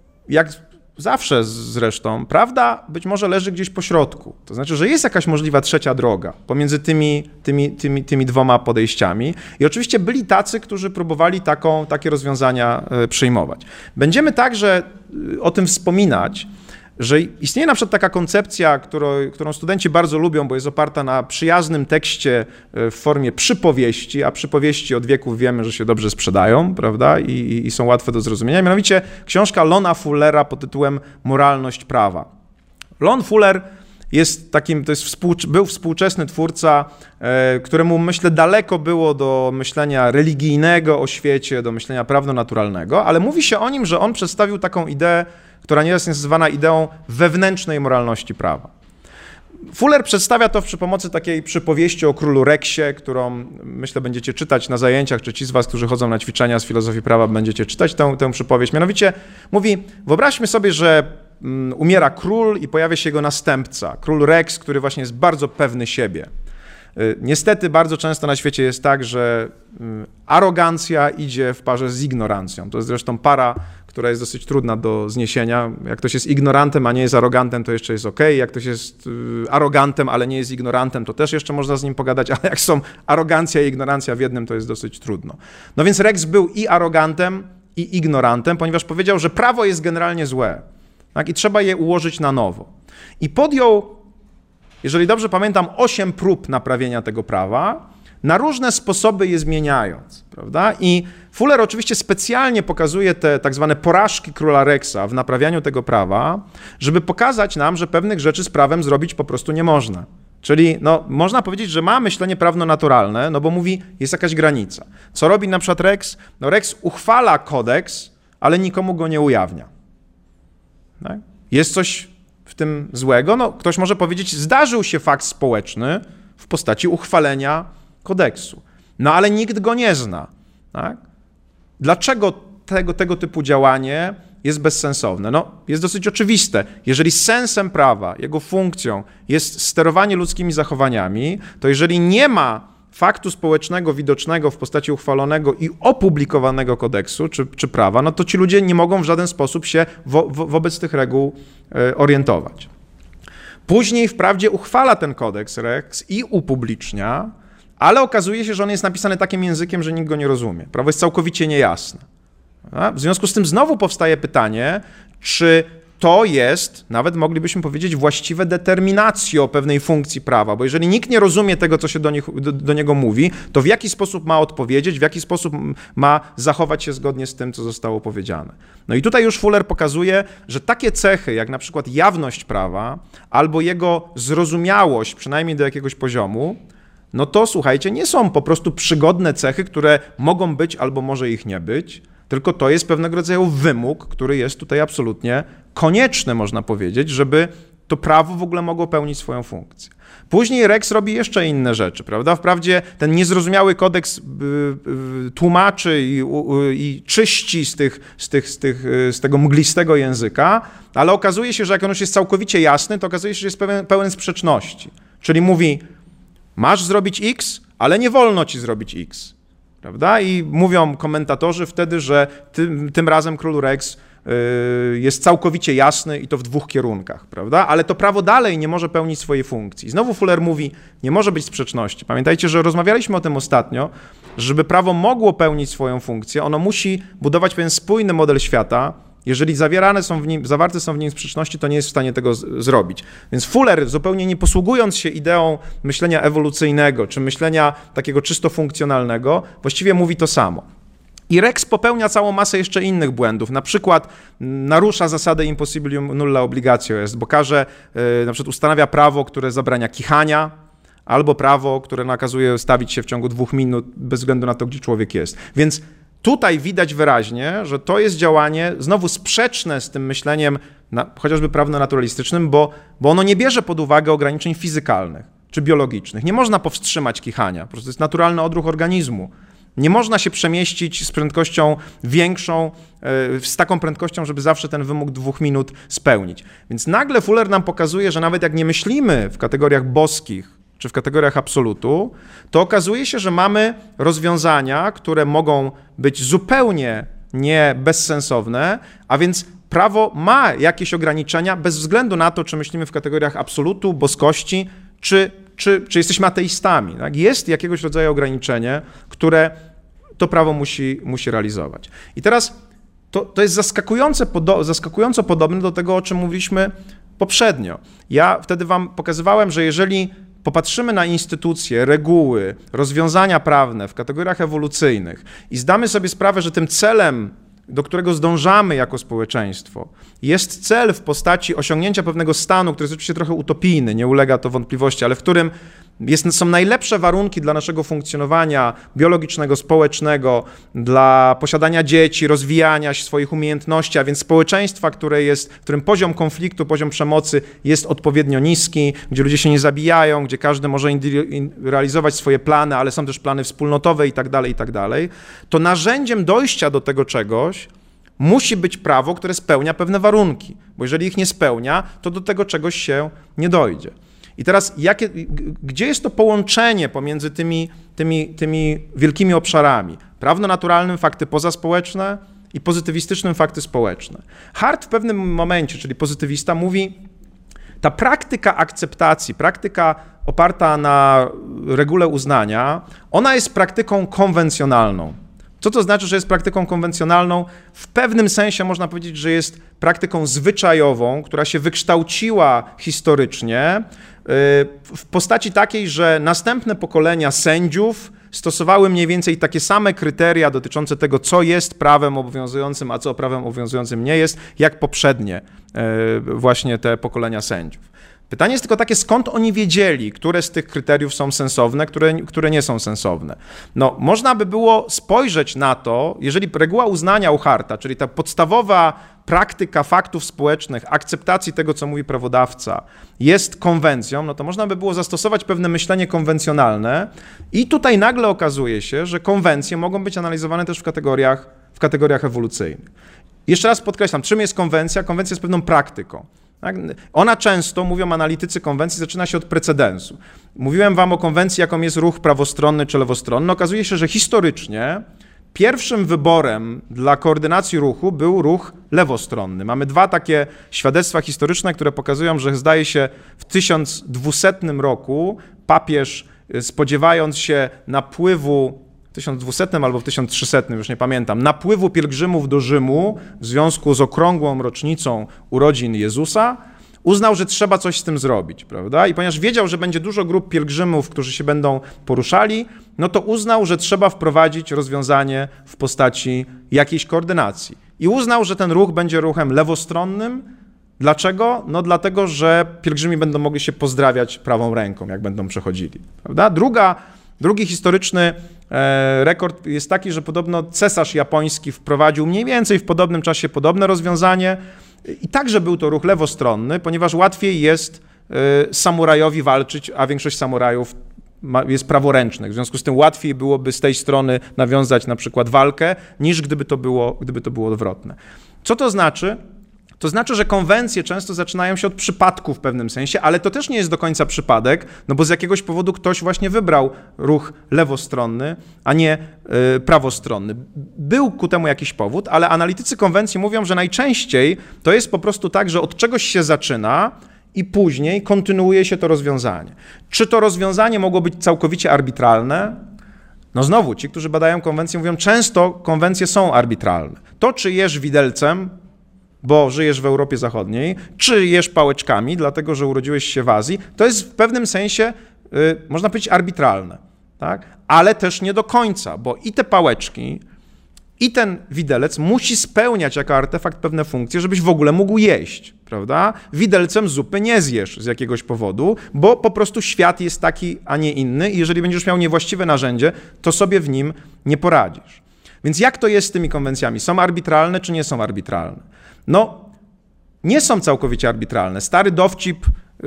jak zawsze zresztą, prawda być może leży gdzieś po środku. To znaczy, że jest jakaś możliwa trzecia droga pomiędzy tymi, tymi, tymi, tymi dwoma podejściami. I oczywiście byli tacy, którzy próbowali taką, takie rozwiązania przyjmować. Będziemy także o tym wspominać, że istnieje na przykład taka koncepcja, którą, którą studenci bardzo lubią, bo jest oparta na przyjaznym tekście w formie przypowieści, a przypowieści od wieków wiemy, że się dobrze sprzedają, prawda, i, i, i są łatwe do zrozumienia. Mianowicie książka Lona Fullera pod tytułem Moralność prawa. Lon Fuller jest takim, to jest współcz, był współczesny twórca, e, któremu, myślę, daleko było do myślenia religijnego o świecie, do myślenia prawnonaturalnego, ale mówi się o nim, że on przedstawił taką ideę, która nieraz jest nazywana ideą wewnętrznej moralności prawa. Fuller przedstawia to przy pomocy takiej przypowieści o królu Rexie, którą, myślę, będziecie czytać na zajęciach, czy ci z was, którzy chodzą na ćwiczenia z filozofii prawa, będziecie czytać tę, tę przypowieść. Mianowicie mówi, wyobraźmy sobie, że umiera król i pojawia się jego następca, król Rex, który właśnie jest bardzo pewny siebie. Niestety bardzo często na świecie jest tak, że arogancja idzie w parze z ignorancją. To jest zresztą para, która jest dosyć trudna do zniesienia. Jak ktoś jest ignorantem, a nie jest arogantem, to jeszcze jest ok. Jak ktoś jest arogantem, ale nie jest ignorantem, to też jeszcze można z nim pogadać, ale jak są arogancja i ignorancja w jednym, to jest dosyć trudno. No więc Rex był i arogantem, i ignorantem, ponieważ powiedział, że prawo jest generalnie złe, tak? I trzeba je ułożyć na nowo. I podjął, jeżeli dobrze pamiętam, osiem prób naprawienia tego prawa, na różne sposoby je zmieniając, prawda? I Fuller oczywiście specjalnie pokazuje te tak zwane porażki króla Rexa w naprawianiu tego prawa, żeby pokazać nam, że pewnych rzeczy z prawem zrobić po prostu nie można. Czyli no, można powiedzieć, że ma myślenie prawno-naturalne, no bo mówi, jest jakaś granica. Co robi na przykład Rex? No Rex uchwala kodeks, ale nikomu go nie ujawnia. Tak? Jest coś w tym złego? No, ktoś może powiedzieć, zdarzył się fakt społeczny w postaci uchwalenia kodeksu. No ale nikt go nie zna. Tak? Dlaczego tego, tego typu działanie jest bezsensowne? No, jest dosyć oczywiste. Jeżeli sensem prawa, jego funkcją jest sterowanie ludzkimi zachowaniami, to jeżeli nie ma faktu społecznego widocznego w postaci uchwalonego i opublikowanego kodeksu czy, czy prawa, no to ci ludzie nie mogą w żaden sposób się wo, wo, wobec tych reguł e, orientować. Później wprawdzie uchwala ten kodeks Rex i upublicznia, ale okazuje się, że on jest napisany takim językiem, że nikt go nie rozumie. Prawo jest całkowicie niejasne. W związku z tym znowu powstaje pytanie, czy to jest, nawet moglibyśmy powiedzieć, właściwe determinacjo pewnej funkcji prawa, bo jeżeli nikt nie rozumie tego, co się do, nich, do, do niego mówi, to w jaki sposób ma odpowiedzieć, w jaki sposób ma zachować się zgodnie z tym, co zostało powiedziane. No i tutaj już Fuller pokazuje, że takie cechy, jak na przykład jawność prawa albo jego zrozumiałość, przynajmniej do jakiegoś poziomu, no to słuchajcie, nie są po prostu przygodne cechy, które mogą być albo może ich nie być, tylko to jest pewnego rodzaju wymóg, który jest tutaj absolutnie konieczny, można powiedzieć, żeby to prawo w ogóle mogło pełnić swoją funkcję. Później Rex robi jeszcze inne rzeczy, prawda? Wprawdzie ten niezrozumiały kodeks tłumaczy i, i czyści z, tych, z, tych, z, tych, z tego mglistego języka, ale okazuje się, że jak on już jest całkowicie jasny, to okazuje się, że jest pełen, pełen sprzeczności. Czyli mówi, masz zrobić X, ale nie wolno ci zrobić X. Prawda? I mówią komentatorzy wtedy, że tym, tym razem król Rex yy, jest całkowicie jasny i to w dwóch kierunkach, prawda? Ale to prawo dalej nie może pełnić swojej funkcji. Znowu Fuller mówi, nie może być sprzeczności. Pamiętajcie, że rozmawialiśmy o tym ostatnio, żeby prawo mogło pełnić swoją funkcję, ono musi budować pewien spójny model świata. Jeżeli zawierane są w nim, zawarte są w nim sprzeczności, to nie jest w stanie tego z, zrobić. Więc Fuller, zupełnie nie posługując się ideą myślenia ewolucyjnego, czy myślenia takiego czysto funkcjonalnego, właściwie mówi to samo. I Rex popełnia całą masę jeszcze innych błędów. Na przykład narusza zasadę impossibilium nulla obligatio est, bo każe, na przykład ustanawia prawo, które zabrania kichania, albo prawo, które nakazuje stawić się w ciągu dwóch minut bez względu na to, gdzie człowiek jest. Więc tutaj widać wyraźnie, że to jest działanie znowu sprzeczne z tym myśleniem na, chociażby prawno-naturalistycznym, bo, bo ono nie bierze pod uwagę ograniczeń fizykalnych czy biologicznych. Nie można powstrzymać kichania, po prostu to jest naturalny odruch organizmu. Nie można się przemieścić z prędkością większą, z taką prędkością, żeby zawsze ten wymóg dwóch minut spełnić. Więc nagle Fuller nam pokazuje, że nawet jak nie myślimy w kategoriach boskich, czy w kategoriach absolutu, to okazuje się, że mamy rozwiązania, które mogą być zupełnie nie bezsensowne, a więc prawo ma jakieś ograniczenia bez względu na to, czy myślimy w kategoriach absolutu, boskości, czy, czy, czy jesteśmy ateistami. Tak? Jest jakiegoś rodzaju ograniczenie, które to prawo musi, musi realizować. I teraz to, to jest zaskakujące, podo- zaskakująco podobne do tego, o czym mówiliśmy poprzednio. Ja wtedy wam pokazywałem, że jeżeli popatrzymy na instytucje, reguły, rozwiązania prawne w kategoriach ewolucyjnych i zdamy sobie sprawę, że tym celem, do którego zdążamy jako społeczeństwo, jest cel w postaci osiągnięcia pewnego stanu, który jest oczywiście trochę utopijny, nie ulega to wątpliwości, ale w którym jest, są najlepsze warunki dla naszego funkcjonowania biologicznego, społecznego, dla posiadania dzieci, rozwijania się swoich umiejętności, a więc społeczeństwa, które jest, w którym poziom konfliktu, poziom przemocy jest odpowiednio niski, gdzie ludzie się nie zabijają, gdzie każdy może realizować swoje plany, ale są też plany wspólnotowe i tak dalej, i tak dalej, to narzędziem dojścia do tego czegoś musi być prawo, które spełnia pewne warunki, bo jeżeli ich nie spełnia, to do tego czegoś się nie dojdzie. I teraz jakie, gdzie jest to połączenie pomiędzy tymi, tymi, tymi wielkimi obszarami? Prawno-naturalnym fakty pozaspołeczne i pozytywistycznym fakty społeczne. Hart w pewnym momencie, czyli pozytywista, mówi, ta praktyka akceptacji, praktyka oparta na regule uznania, ona jest praktyką konwencjonalną. Co to znaczy, że jest praktyką konwencjonalną? W pewnym sensie można powiedzieć, że jest praktyką zwyczajową, która się wykształciła historycznie w postaci takiej, że następne pokolenia sędziów stosowały mniej więcej takie same kryteria dotyczące tego, co jest prawem obowiązującym, a co prawem obowiązującym nie jest, jak poprzednie właśnie te pokolenia sędziów. Pytanie jest tylko takie, skąd oni wiedzieli, które z tych kryteriów są sensowne, które, które nie są sensowne. No, można by było spojrzeć na to, jeżeli reguła uznania u Harta, czyli ta podstawowa praktyka faktów społecznych, akceptacji tego, co mówi prawodawca, jest konwencją, no to można by było zastosować pewne myślenie konwencjonalne i tutaj nagle okazuje się, że konwencje mogą być analizowane też w kategoriach, w kategoriach ewolucyjnych. Jeszcze raz podkreślam, czym jest konwencja? Konwencja jest pewną praktyką. Tak? Ona często, mówią analitycy konwencji, zaczyna się od precedensu. Mówiłem wam o konwencji, jaką jest ruch prawostronny czy lewostronny. Okazuje się, że historycznie pierwszym wyborem dla koordynacji ruchu był ruch lewostronny. Mamy dwa takie świadectwa historyczne, które pokazują, że zdaje się w tysiąc dwusetnym roku papież, spodziewając się napływu w tysiąc dwusetnym albo w tysiąc trzysetnym, już nie pamiętam, napływu pielgrzymów do Rzymu w związku z okrągłą rocznicą urodzin Jezusa, uznał, że trzeba coś z tym zrobić, prawda? I ponieważ wiedział, że będzie dużo grup pielgrzymów, którzy się będą poruszali, no to uznał, że trzeba wprowadzić rozwiązanie w postaci jakiejś koordynacji. I uznał, że ten ruch będzie ruchem lewostronnym. Dlaczego? No dlatego, że pielgrzymi będą mogli się pozdrawiać prawą ręką, jak będą przechodzili, prawda? Druga Drugi historyczny rekord jest taki, że podobno cesarz japoński wprowadził mniej więcej w podobnym czasie podobne rozwiązanie i także był to ruch lewostronny, ponieważ łatwiej jest samurajowi walczyć, a większość samurajów jest praworęcznych. W związku z tym łatwiej byłoby z tej strony nawiązać na przykład walkę, niż gdyby to było, gdyby to było odwrotne. Co to znaczy? To znaczy, że konwencje często zaczynają się od przypadku w pewnym sensie, ale to też nie jest do końca przypadek, no bo z jakiegoś powodu ktoś właśnie wybrał ruch lewostronny, a nie y, prawostronny. Był ku temu jakiś powód, ale analitycy konwencji mówią, że najczęściej to jest po prostu tak, że od czegoś się zaczyna i później kontynuuje się to rozwiązanie. Czy to rozwiązanie mogło być całkowicie arbitralne? No znowu, ci, którzy badają konwencje, mówią, często konwencje są arbitralne. To, czy jesz widelcem, bo żyjesz w Europie Zachodniej, czy jesz pałeczkami, dlatego że urodziłeś się w Azji, to jest w pewnym sensie, y, można powiedzieć, arbitralne, tak? Ale też nie do końca, bo i te pałeczki, i ten widelec musi spełniać jako artefakt pewne funkcje, żebyś w ogóle mógł jeść, prawda? Widelcem zupy nie zjesz z jakiegoś powodu, bo po prostu świat jest taki, a nie inny i jeżeli będziesz miał niewłaściwe narzędzie, to sobie w nim nie poradzisz. Więc jak to jest z tymi konwencjami? Są arbitralne, czy nie są arbitralne? No, nie są całkowicie arbitralne. Stary dowcip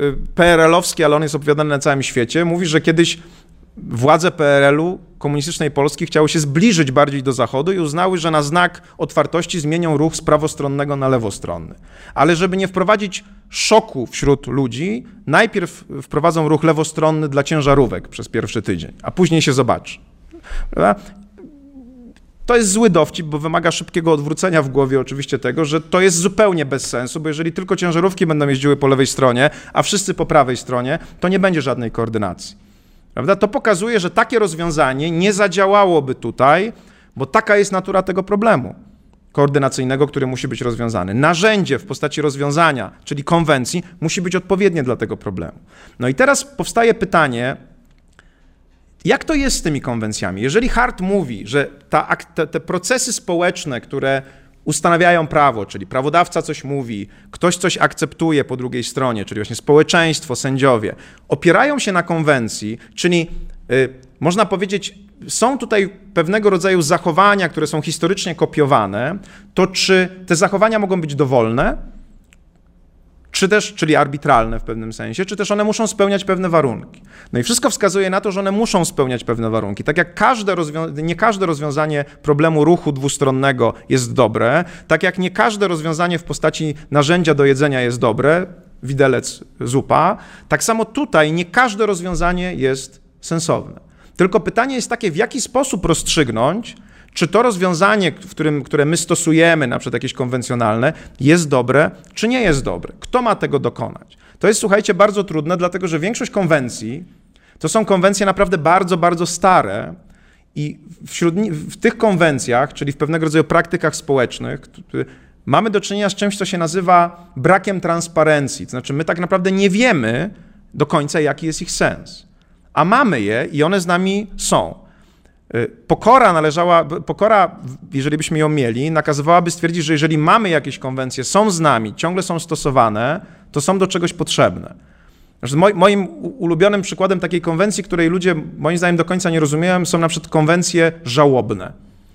P R L-owski, ale on jest opowiadany na całym świecie, mówi, że kiedyś władze P R L-u, komunistycznej Polski, chciały się zbliżyć bardziej do Zachodu i uznały, że na znak otwartości zmienią ruch z prawostronnego na lewostronny. Ale żeby nie wprowadzić szoku wśród ludzi, najpierw wprowadzą ruch lewostronny dla ciężarówek przez pierwszy tydzień, a później się zobaczy. Prawda? To jest zły dowcip, bo wymaga szybkiego odwrócenia w głowie oczywiście tego, że to jest zupełnie bez sensu, bo jeżeli tylko ciężarówki będą jeździły po lewej stronie, a wszyscy po prawej stronie, to nie będzie żadnej koordynacji. Prawda? To pokazuje, że takie rozwiązanie nie zadziałałoby tutaj, bo taka jest natura tego problemu koordynacyjnego, który musi być rozwiązany. Narzędzie w postaci rozwiązania, czyli konwencji, musi być odpowiednie dla tego problemu. No i teraz powstaje pytanie, jak to jest z tymi konwencjami? Jeżeli Hart mówi, że ta, te, te procesy społeczne, które ustanawiają prawo, czyli prawodawca coś mówi, ktoś coś akceptuje po drugiej stronie, czyli właśnie społeczeństwo, sędziowie, opierają się na konwencji, czyli y, można powiedzieć, są tutaj pewnego rodzaju zachowania, które są historycznie kopiowane, to czy te zachowania mogą być dowolne, czy też, czyli arbitralne w pewnym sensie, czy też one muszą spełniać pewne warunki. No i wszystko wskazuje na to, że one muszą spełniać pewne warunki. Tak jak każde rozwią- nie każde rozwiązanie problemu ruchu dwustronnego jest dobre, tak jak nie każde rozwiązanie w postaci narzędzia do jedzenia jest dobre, widelec, zupa. Tak samo tutaj nie każde rozwiązanie jest sensowne. Tylko pytanie jest takie, w jaki sposób rozstrzygnąć, czy to rozwiązanie, w którym, które my stosujemy, na przykład jakieś konwencjonalne, jest dobre, czy nie jest dobre. Kto ma tego dokonać? To jest, słuchajcie, bardzo trudne, dlatego że większość konwencji to są konwencje naprawdę bardzo, bardzo stare i wśród, w tych konwencjach, czyli w pewnego rodzaju praktykach społecznych, mamy do czynienia z czymś, co się nazywa brakiem transparencji. To znaczy my tak naprawdę nie wiemy do końca, jaki jest ich sens. A mamy je i one z nami są. Pokora należała, pokora, jeżeli byśmy ją mieli, nakazywałaby stwierdzić, że jeżeli mamy jakieś konwencje, są z nami, ciągle są stosowane, to są do czegoś potrzebne. Moim ulubionym przykładem takiej konwencji, której ludzie moim zdaniem do końca nie rozumieją, są na przykład konwencje żałobne.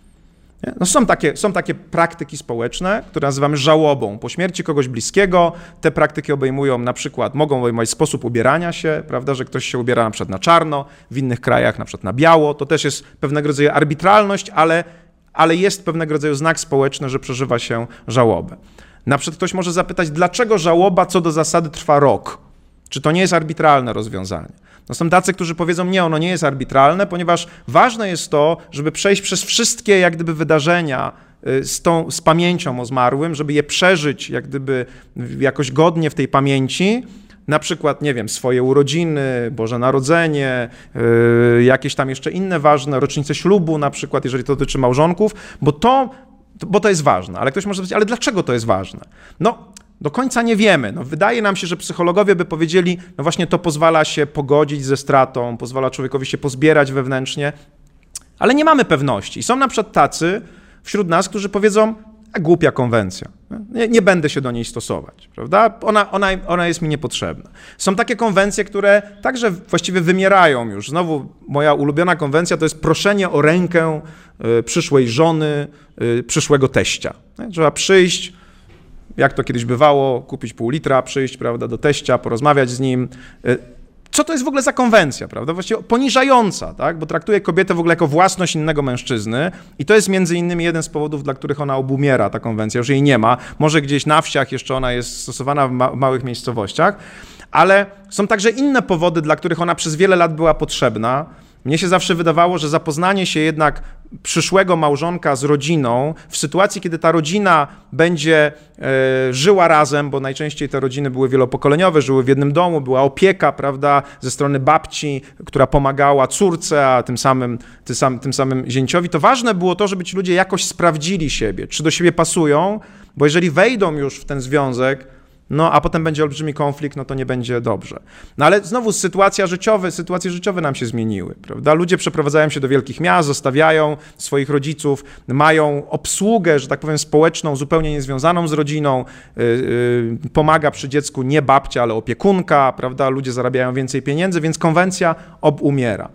No są, takie, są takie praktyki społeczne, które nazywamy żałobą. Po śmierci kogoś bliskiego te praktyki obejmują na przykład, mogą obejmować sposób ubierania się, prawda, że ktoś się ubiera na przykład na czarno, w innych krajach na przykład na biało. To też jest pewnego rodzaju arbitralność, ale, ale jest pewnego rodzaju znak społeczny, że przeżywa się żałobę. Na przykład ktoś może zapytać, dlaczego żałoba co do zasady trwa rok? Czy to nie jest arbitralne rozwiązanie? No są tacy, którzy powiedzą, nie, ono nie jest arbitralne, ponieważ ważne jest to, żeby przejść przez wszystkie jak gdyby wydarzenia z, tą, z pamięcią o zmarłym, żeby je przeżyć jak gdyby jakoś godnie w tej pamięci, na przykład, nie wiem, swoje urodziny, Boże Narodzenie, yy, jakieś tam jeszcze inne ważne, rocznice ślubu na przykład, jeżeli to dotyczy małżonków, bo to, bo to jest ważne. Ale ktoś może powiedzieć, ale dlaczego to jest ważne? No, do końca nie wiemy. No, wydaje nam się, że psychologowie by powiedzieli, no właśnie to pozwala się pogodzić ze stratą, pozwala człowiekowi się pozbierać wewnętrznie, ale nie mamy pewności. I są na przykład tacy wśród nas, którzy powiedzą, a głupia konwencja, nie, nie będę się do niej stosować, prawda? Ona, ona, ona jest mi niepotrzebna. Są takie konwencje, które także właściwie wymierają już. Znowu moja ulubiona konwencja to jest proszenie o rękę y, przyszłej żony, y, przyszłego teścia. Trzeba przyjść, jak to kiedyś bywało, kupić pół litra, przyjść, prawda, do teścia, porozmawiać z nim. Co to jest w ogóle za konwencja, prawda? Właściwie poniżająca, tak? Bo traktuje kobietę w ogóle jako własność innego mężczyzny i to jest między innymi jeden z powodów, dla których ona obumiera, ta konwencja, już jej nie ma. Może gdzieś na wsiach jeszcze ona jest stosowana w ma- małych miejscowościach, ale są także inne powody, dla których ona przez wiele lat była potrzebna. Mnie się zawsze wydawało, że zapoznanie się jednak przyszłego małżonka z rodziną w sytuacji, kiedy ta rodzina będzie e, żyła razem, bo najczęściej te rodziny były wielopokoleniowe, żyły w jednym domu, była opieka, prawda, ze strony babci, która pomagała córce, a tym samym, tym samym, tym samym zięciowi, to ważne było to, żeby ci ludzie jakoś sprawdzili siebie, czy do siebie pasują, bo jeżeli wejdą już w ten związek, no a potem będzie olbrzymi konflikt, no to nie będzie dobrze. No ale znowu sytuacja życiowe, sytuacje życiowe nam się zmieniły, prawda? Ludzie przeprowadzają się do wielkich miast, zostawiają swoich rodziców, mają obsługę, że tak powiem, społeczną, zupełnie niezwiązaną z rodziną, yy, yy, pomaga przy dziecku nie babcia, ale opiekunka, prawda? Ludzie zarabiają więcej pieniędzy, więc konwencja obumiera.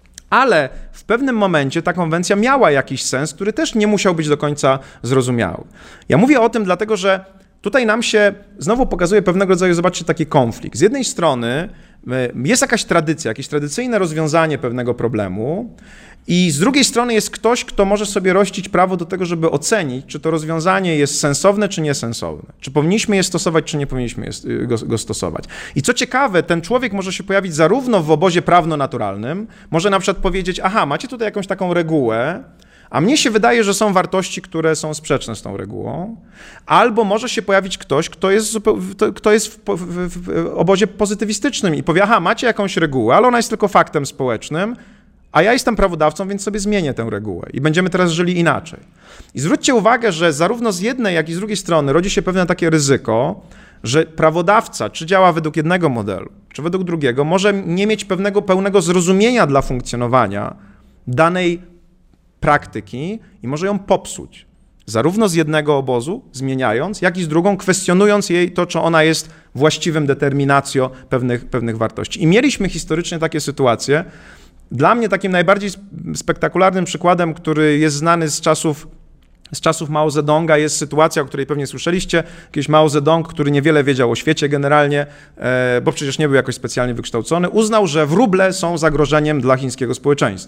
Ale w pewnym momencie ta konwencja miała jakiś sens, który też nie musiał być do końca zrozumiały. Ja mówię o tym dlatego, że tutaj nam się znowu pokazuje pewnego rodzaju, zobaczcie, taki konflikt. Z jednej strony jest jakaś tradycja, jakieś tradycyjne rozwiązanie pewnego problemu i z drugiej strony jest ktoś, kto może sobie rościć prawo do tego, żeby ocenić, czy to rozwiązanie jest sensowne, czy niesensowne. Czy powinniśmy je stosować, czy nie powinniśmy go, go stosować. I co ciekawe, ten człowiek może się pojawić zarówno w obozie prawno-naturalnym, może na przykład powiedzieć, aha, macie tutaj jakąś taką regułę, a mnie się wydaje, że są wartości, które są sprzeczne z tą regułą, albo może się pojawić ktoś, kto jest, kto jest w, w, w obozie pozytywistycznym i powie, aha, macie jakąś regułę, ale ona jest tylko faktem społecznym, a ja jestem prawodawcą, więc sobie zmienię tę regułę i będziemy teraz żyli inaczej. I zwróćcie uwagę, że zarówno z jednej, jak i z drugiej strony rodzi się pewne takie ryzyko, że prawodawca, czy działa według jednego modelu, czy według drugiego, może nie mieć pewnego pełnego zrozumienia dla funkcjonowania danej praktyki i może ją popsuć. Zarówno z jednego obozu, zmieniając, jak i z drugą, kwestionując jej to, czy ona jest właściwym determinacją pewnych, pewnych wartości. I mieliśmy historycznie takie sytuacje. Dla mnie takim najbardziej spektakularnym przykładem, który jest znany z czasów, z czasów Mao Zedonga, jest sytuacja, o której pewnie słyszeliście. Jakiś Mao Zedong, który niewiele wiedział o świecie generalnie, bo przecież nie był jakoś specjalnie wykształcony, uznał, że wróble są zagrożeniem dla chińskiego społeczeństwa.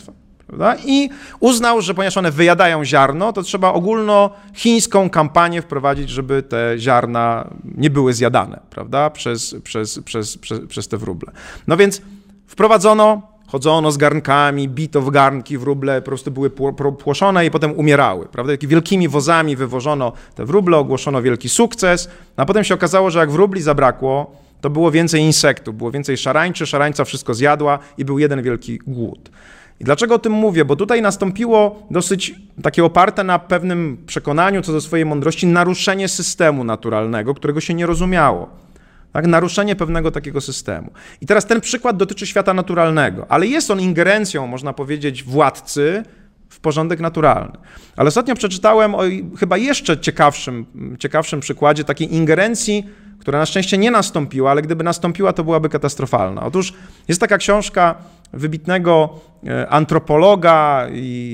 prawda? I uznał, że ponieważ one wyjadają ziarno, to trzeba ogólnochińską kampanię wprowadzić, żeby te ziarna nie były zjadane, prawda? Przez, przez, przez, przez, przez te wróble. No więc wprowadzono, chodzono z garnkami, bito w garnki, wróble po prostu były płoszone i potem umierały, prawda? Takimi wielkimi wozami wywożono te wróble, ogłoszono wielki sukces, a potem się okazało, że jak wróbli zabrakło, to było więcej insektów, było więcej szarańczy, szarańca wszystko zjadła i był jeden wielki głód. I dlaczego o tym mówię? Bo tutaj nastąpiło dosyć takie oparte na pewnym przekonaniu co do swojej mądrości naruszenie systemu naturalnego, którego się nie rozumiało. Tak? Naruszenie pewnego takiego systemu. I teraz ten przykład dotyczy świata naturalnego, ale jest on ingerencją, można powiedzieć, władcy w porządek naturalny. Ale ostatnio przeczytałem o chyba jeszcze ciekawszym, ciekawszym przykładzie takiej ingerencji, która na szczęście nie nastąpiła, ale gdyby nastąpiła, to byłaby katastrofalna. Otóż jest taka książka wybitnego antropologa,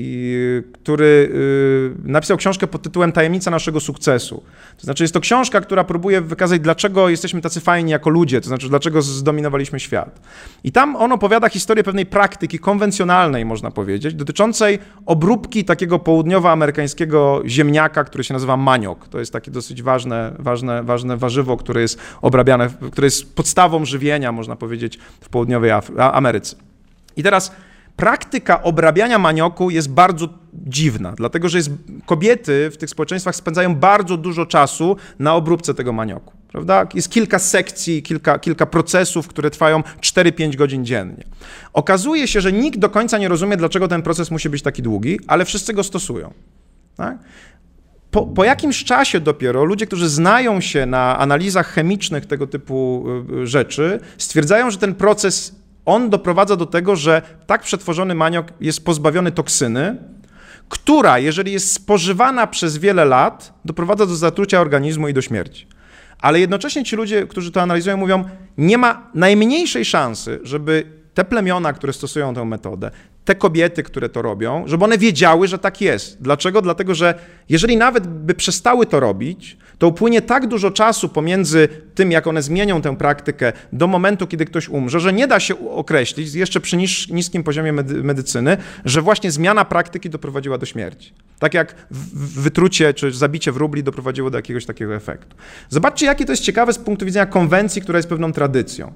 który napisał książkę pod tytułem Tajemnica naszego sukcesu. To znaczy jest to książka, która próbuje wykazać, dlaczego jesteśmy tacy fajni jako ludzie, to znaczy dlaczego zdominowaliśmy świat. I tam on opowiada historię pewnej praktyki konwencjonalnej, można powiedzieć, dotyczącej obróbki takiego południowoamerykańskiego ziemniaka, który się nazywa maniok. To jest takie dosyć ważne, ważne, ważne warzywo, które jest obrabiane, które jest podstawą żywienia, można powiedzieć, w południowej Afry- Ameryce. I teraz praktyka obrabiania manioku jest bardzo dziwna, dlatego że jest, kobiety w tych społeczeństwach spędzają bardzo dużo czasu na obróbce tego manioku. Prawda? Jest kilka sekcji, kilka, kilka procesów, które trwają cztery pięć godzin dziennie. Okazuje się, że nikt do końca nie rozumie, dlaczego ten proces musi być taki długi, ale wszyscy go stosują. Tak? Po, po jakimś czasie dopiero ludzie, którzy znają się na analizach chemicznych tego typu rzeczy, stwierdzają, że ten proces on doprowadza do tego, że tak przetworzony maniok jest pozbawiony toksyny, która, jeżeli jest spożywana przez wiele lat, doprowadza do zatrucia organizmu i do śmierci. Ale jednocześnie ci ludzie, którzy to analizują, mówią, nie ma najmniejszej szansy, żeby te plemiona, które stosują tę metodę, te kobiety, które to robią, żeby one wiedziały, że tak jest. Dlaczego? Dlatego, że jeżeli nawet by przestały to robić, to upłynie tak dużo czasu pomiędzy tym, jak one zmienią tę praktykę, do momentu, kiedy ktoś umrze, że nie da się określić, jeszcze przy niż, niskim poziomie medy, medycyny, że właśnie zmiana praktyki doprowadziła do śmierci. Tak jak wytrucie czy zabicie wróbli doprowadziło do jakiegoś takiego efektu. Zobaczcie, jakie to jest ciekawe z punktu widzenia konwencji, która jest pewną tradycją.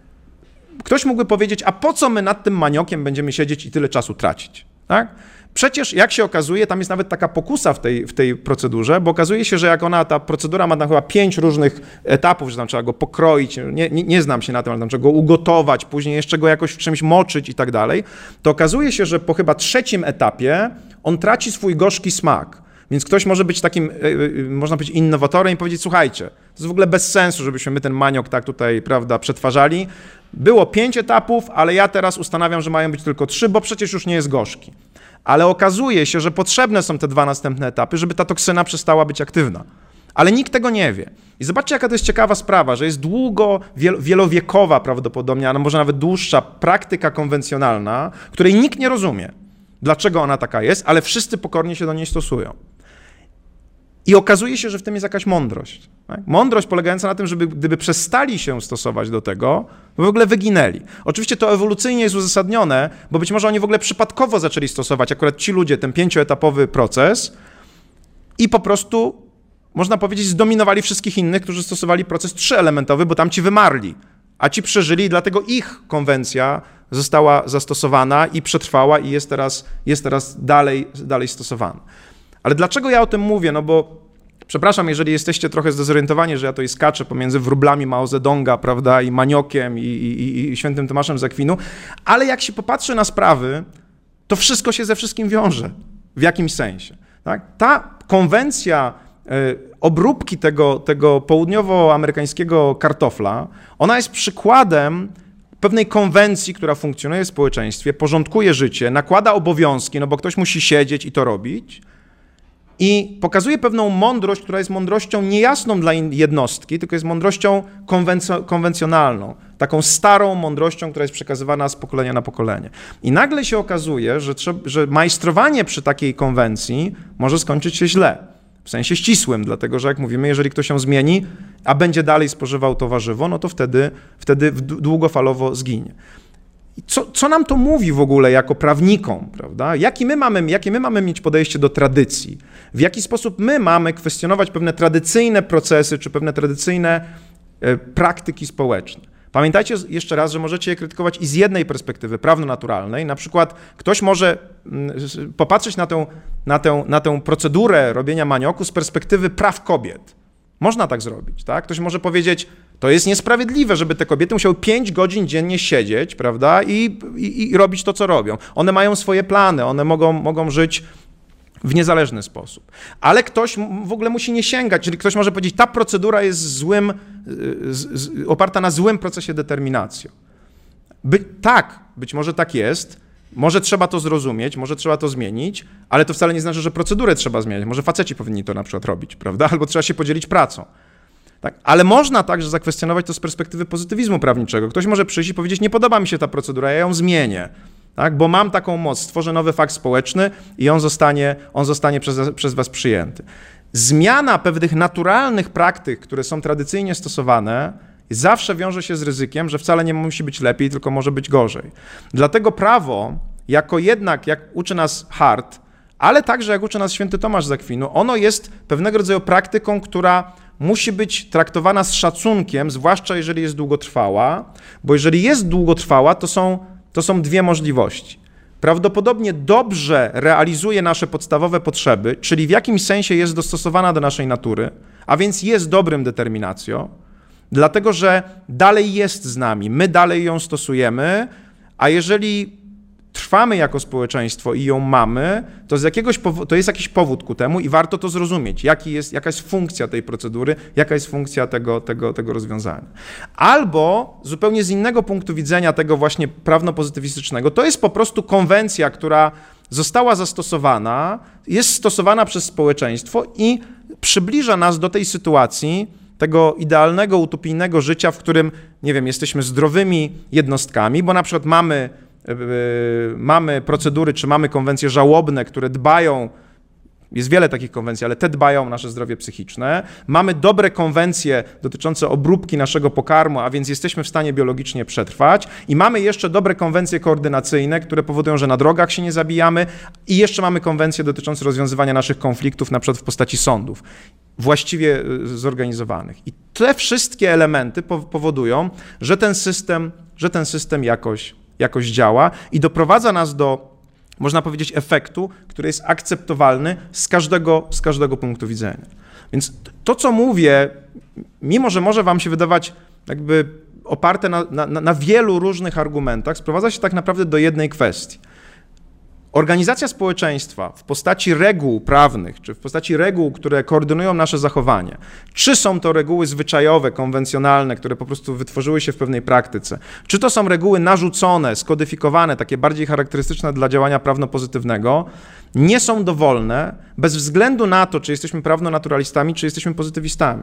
Ktoś mógłby powiedzieć, a po co my nad tym maniokiem będziemy siedzieć i tyle czasu tracić, tak? Przecież, jak się okazuje, tam jest nawet taka pokusa w tej, w tej procedurze, bo okazuje się, że jak ona, ta procedura ma tam chyba pięć różnych etapów, że tam trzeba go pokroić, nie, nie, nie znam się na tym, ale tam trzeba go ugotować, później jeszcze go jakoś w czymś moczyć i tak dalej, to okazuje się, że po chyba trzecim etapie on traci swój gorzki smak. Więc ktoś może być takim, można powiedzieć, innowatorem i powiedzieć, słuchajcie, to jest w ogóle bez sensu, żebyśmy my ten maniok tak tutaj, prawda, przetwarzali. Było pięć etapów, ale ja teraz ustanawiam, że mają być tylko trzy, bo przecież już nie jest gorzki. Ale okazuje się, że potrzebne są te dwa następne etapy, żeby ta toksyna przestała być aktywna. Ale nikt tego nie wie. I zobaczcie, jaka to jest ciekawa sprawa, że jest długo, wielowiekowa prawdopodobnie, a może nawet dłuższa praktyka konwencjonalna, której nikt nie rozumie, dlaczego ona taka jest, ale wszyscy pokornie się do niej stosują. I okazuje się, że w tym jest jakaś mądrość. Tak? Mądrość polegająca na tym, żeby gdyby przestali się stosować do tego, to w ogóle wyginęli. Oczywiście to ewolucyjnie jest uzasadnione, bo być może oni w ogóle przypadkowo zaczęli stosować, akurat ci ludzie, ten pięcioetapowy proces i po prostu, można powiedzieć, zdominowali wszystkich innych, którzy stosowali proces trzyelementowy, bo tam ci wymarli, a ci przeżyli i dlatego ich konwencja została zastosowana i przetrwała i jest teraz, jest teraz dalej, dalej stosowana. Ale dlaczego ja o tym mówię? No bo, przepraszam, jeżeli jesteście trochę zdezorientowani, że ja to i skaczę pomiędzy wróblami Mao Zedonga, prawda, i maniokiem, i, i, i świętym Tomaszem z Akwinu, ale jak się popatrzy na sprawy, to wszystko się ze wszystkim wiąże w jakimś sensie. Tak? Ta konwencja y, obróbki tego, tego południowoamerykańskiego kartofla, ona jest przykładem pewnej konwencji, która funkcjonuje w społeczeństwie, porządkuje życie, nakłada obowiązki, no bo ktoś musi siedzieć i to robić, i pokazuje pewną mądrość, która jest mądrością niejasną dla jednostki, tylko jest mądrością konwenc- konwencjonalną, taką starą mądrością, która jest przekazywana z pokolenia na pokolenie. I nagle się okazuje, że, trzeba, że majstrowanie przy takiej konwencji może skończyć się źle, w sensie ścisłym, dlatego że jak mówimy, jeżeli ktoś ją zmieni, a będzie dalej spożywał to warzywo, no to wtedy, wtedy długofalowo zginie. Co, co nam to mówi w ogóle jako prawnikom, prawda? Jaki my mamy, jakie my mamy mieć podejście do tradycji? W jaki sposób my mamy kwestionować pewne tradycyjne procesy czy pewne tradycyjne e, praktyki społeczne? Pamiętajcie jeszcze raz, że możecie je krytykować i z jednej perspektywy prawno-naturalnej. Na przykład ktoś może popatrzeć na tę, na tę, na tę procedurę robienia manioku z perspektywy praw kobiet. Można tak zrobić, tak? Ktoś może powiedzieć, to jest niesprawiedliwe, żeby te kobiety musiały pięć godzin dziennie siedzieć, prawda, i, i, i robić to, co robią. One mają swoje plany, one mogą, mogą żyć w niezależny sposób. Ale ktoś w ogóle musi nie sięgać, czyli ktoś może powiedzieć, ta procedura jest złym, z, z, oparta na złym procesie determinacji. By, tak, być może tak jest, może trzeba to zrozumieć, może trzeba to zmienić, ale to wcale nie znaczy, że procedurę trzeba zmieniać. Może faceci powinni to na przykład robić, prawda? Albo trzeba się podzielić pracą. Tak? Ale można także zakwestionować to z perspektywy pozytywizmu prawniczego. Ktoś może przyjść i powiedzieć, nie podoba mi się ta procedura, ja ją zmienię. Tak? Bo mam taką moc, stworzę nowy fakt społeczny i on zostanie, on zostanie przez, przez was przyjęty. Zmiana pewnych naturalnych praktyk, które są tradycyjnie stosowane, zawsze wiąże się z ryzykiem, że wcale nie musi być lepiej, tylko może być gorzej. Dlatego prawo, jako jednak, jak uczy nas Hart, ale także jak uczy nas święty Tomasz z Akwinu, ono jest pewnego rodzaju praktyką, która musi być traktowana z szacunkiem, zwłaszcza jeżeli jest długotrwała, bo jeżeli jest długotrwała, to są, to są dwie możliwości. Prawdopodobnie dobrze realizuje nasze podstawowe potrzeby, czyli w jakimś sensie jest dostosowana do naszej natury, a więc jest dobrym determinacją, dlatego że dalej jest z nami, my dalej ją stosujemy, a jeżeli trwamy jako społeczeństwo i ją mamy, to, z jakiegoś powo- to jest jakiś powód ku temu i warto to zrozumieć, jaki jest, jaka jest funkcja tej procedury, jaka jest funkcja tego, tego, tego rozwiązania. Albo zupełnie z innego punktu widzenia tego właśnie prawno-pozytywistycznego, to jest po prostu konwencja, która została zastosowana, jest stosowana przez społeczeństwo i przybliża nas do tej sytuacji, tego idealnego, utopijnego życia, w którym, nie wiem, jesteśmy zdrowymi jednostkami, bo na przykład mamy mamy procedury, czy mamy konwencje żałobne, które dbają, jest wiele takich konwencji, ale te dbają o nasze zdrowie psychiczne. Mamy dobre konwencje dotyczące obróbki naszego pokarmu, a więc jesteśmy w stanie biologicznie przetrwać. I mamy jeszcze dobre konwencje koordynacyjne, które powodują, że na drogach się nie zabijamy. I jeszcze mamy konwencje dotyczące rozwiązywania naszych konfliktów, na przykład w postaci sądów, właściwie zorganizowanych. I te wszystkie elementy powodują, że ten system, że ten system jakoś jakoś działa i doprowadza nas do, można powiedzieć, efektu, który jest akceptowalny z każdego, z każdego punktu widzenia. Więc to, co mówię, mimo że może wam się wydawać jakby oparte na, na, na wielu różnych argumentach, sprowadza się tak naprawdę do jednej kwestii. Organizacja społeczeństwa w postaci reguł prawnych, czy w postaci reguł, które koordynują nasze zachowanie, czy są to reguły zwyczajowe, konwencjonalne, które po prostu wytworzyły się w pewnej praktyce, czy to są reguły narzucone, skodyfikowane, takie bardziej charakterystyczne dla działania prawno-pozytywnego, nie są dowolne bez względu na to, czy jesteśmy prawno-naturalistami, czy jesteśmy pozytywistami.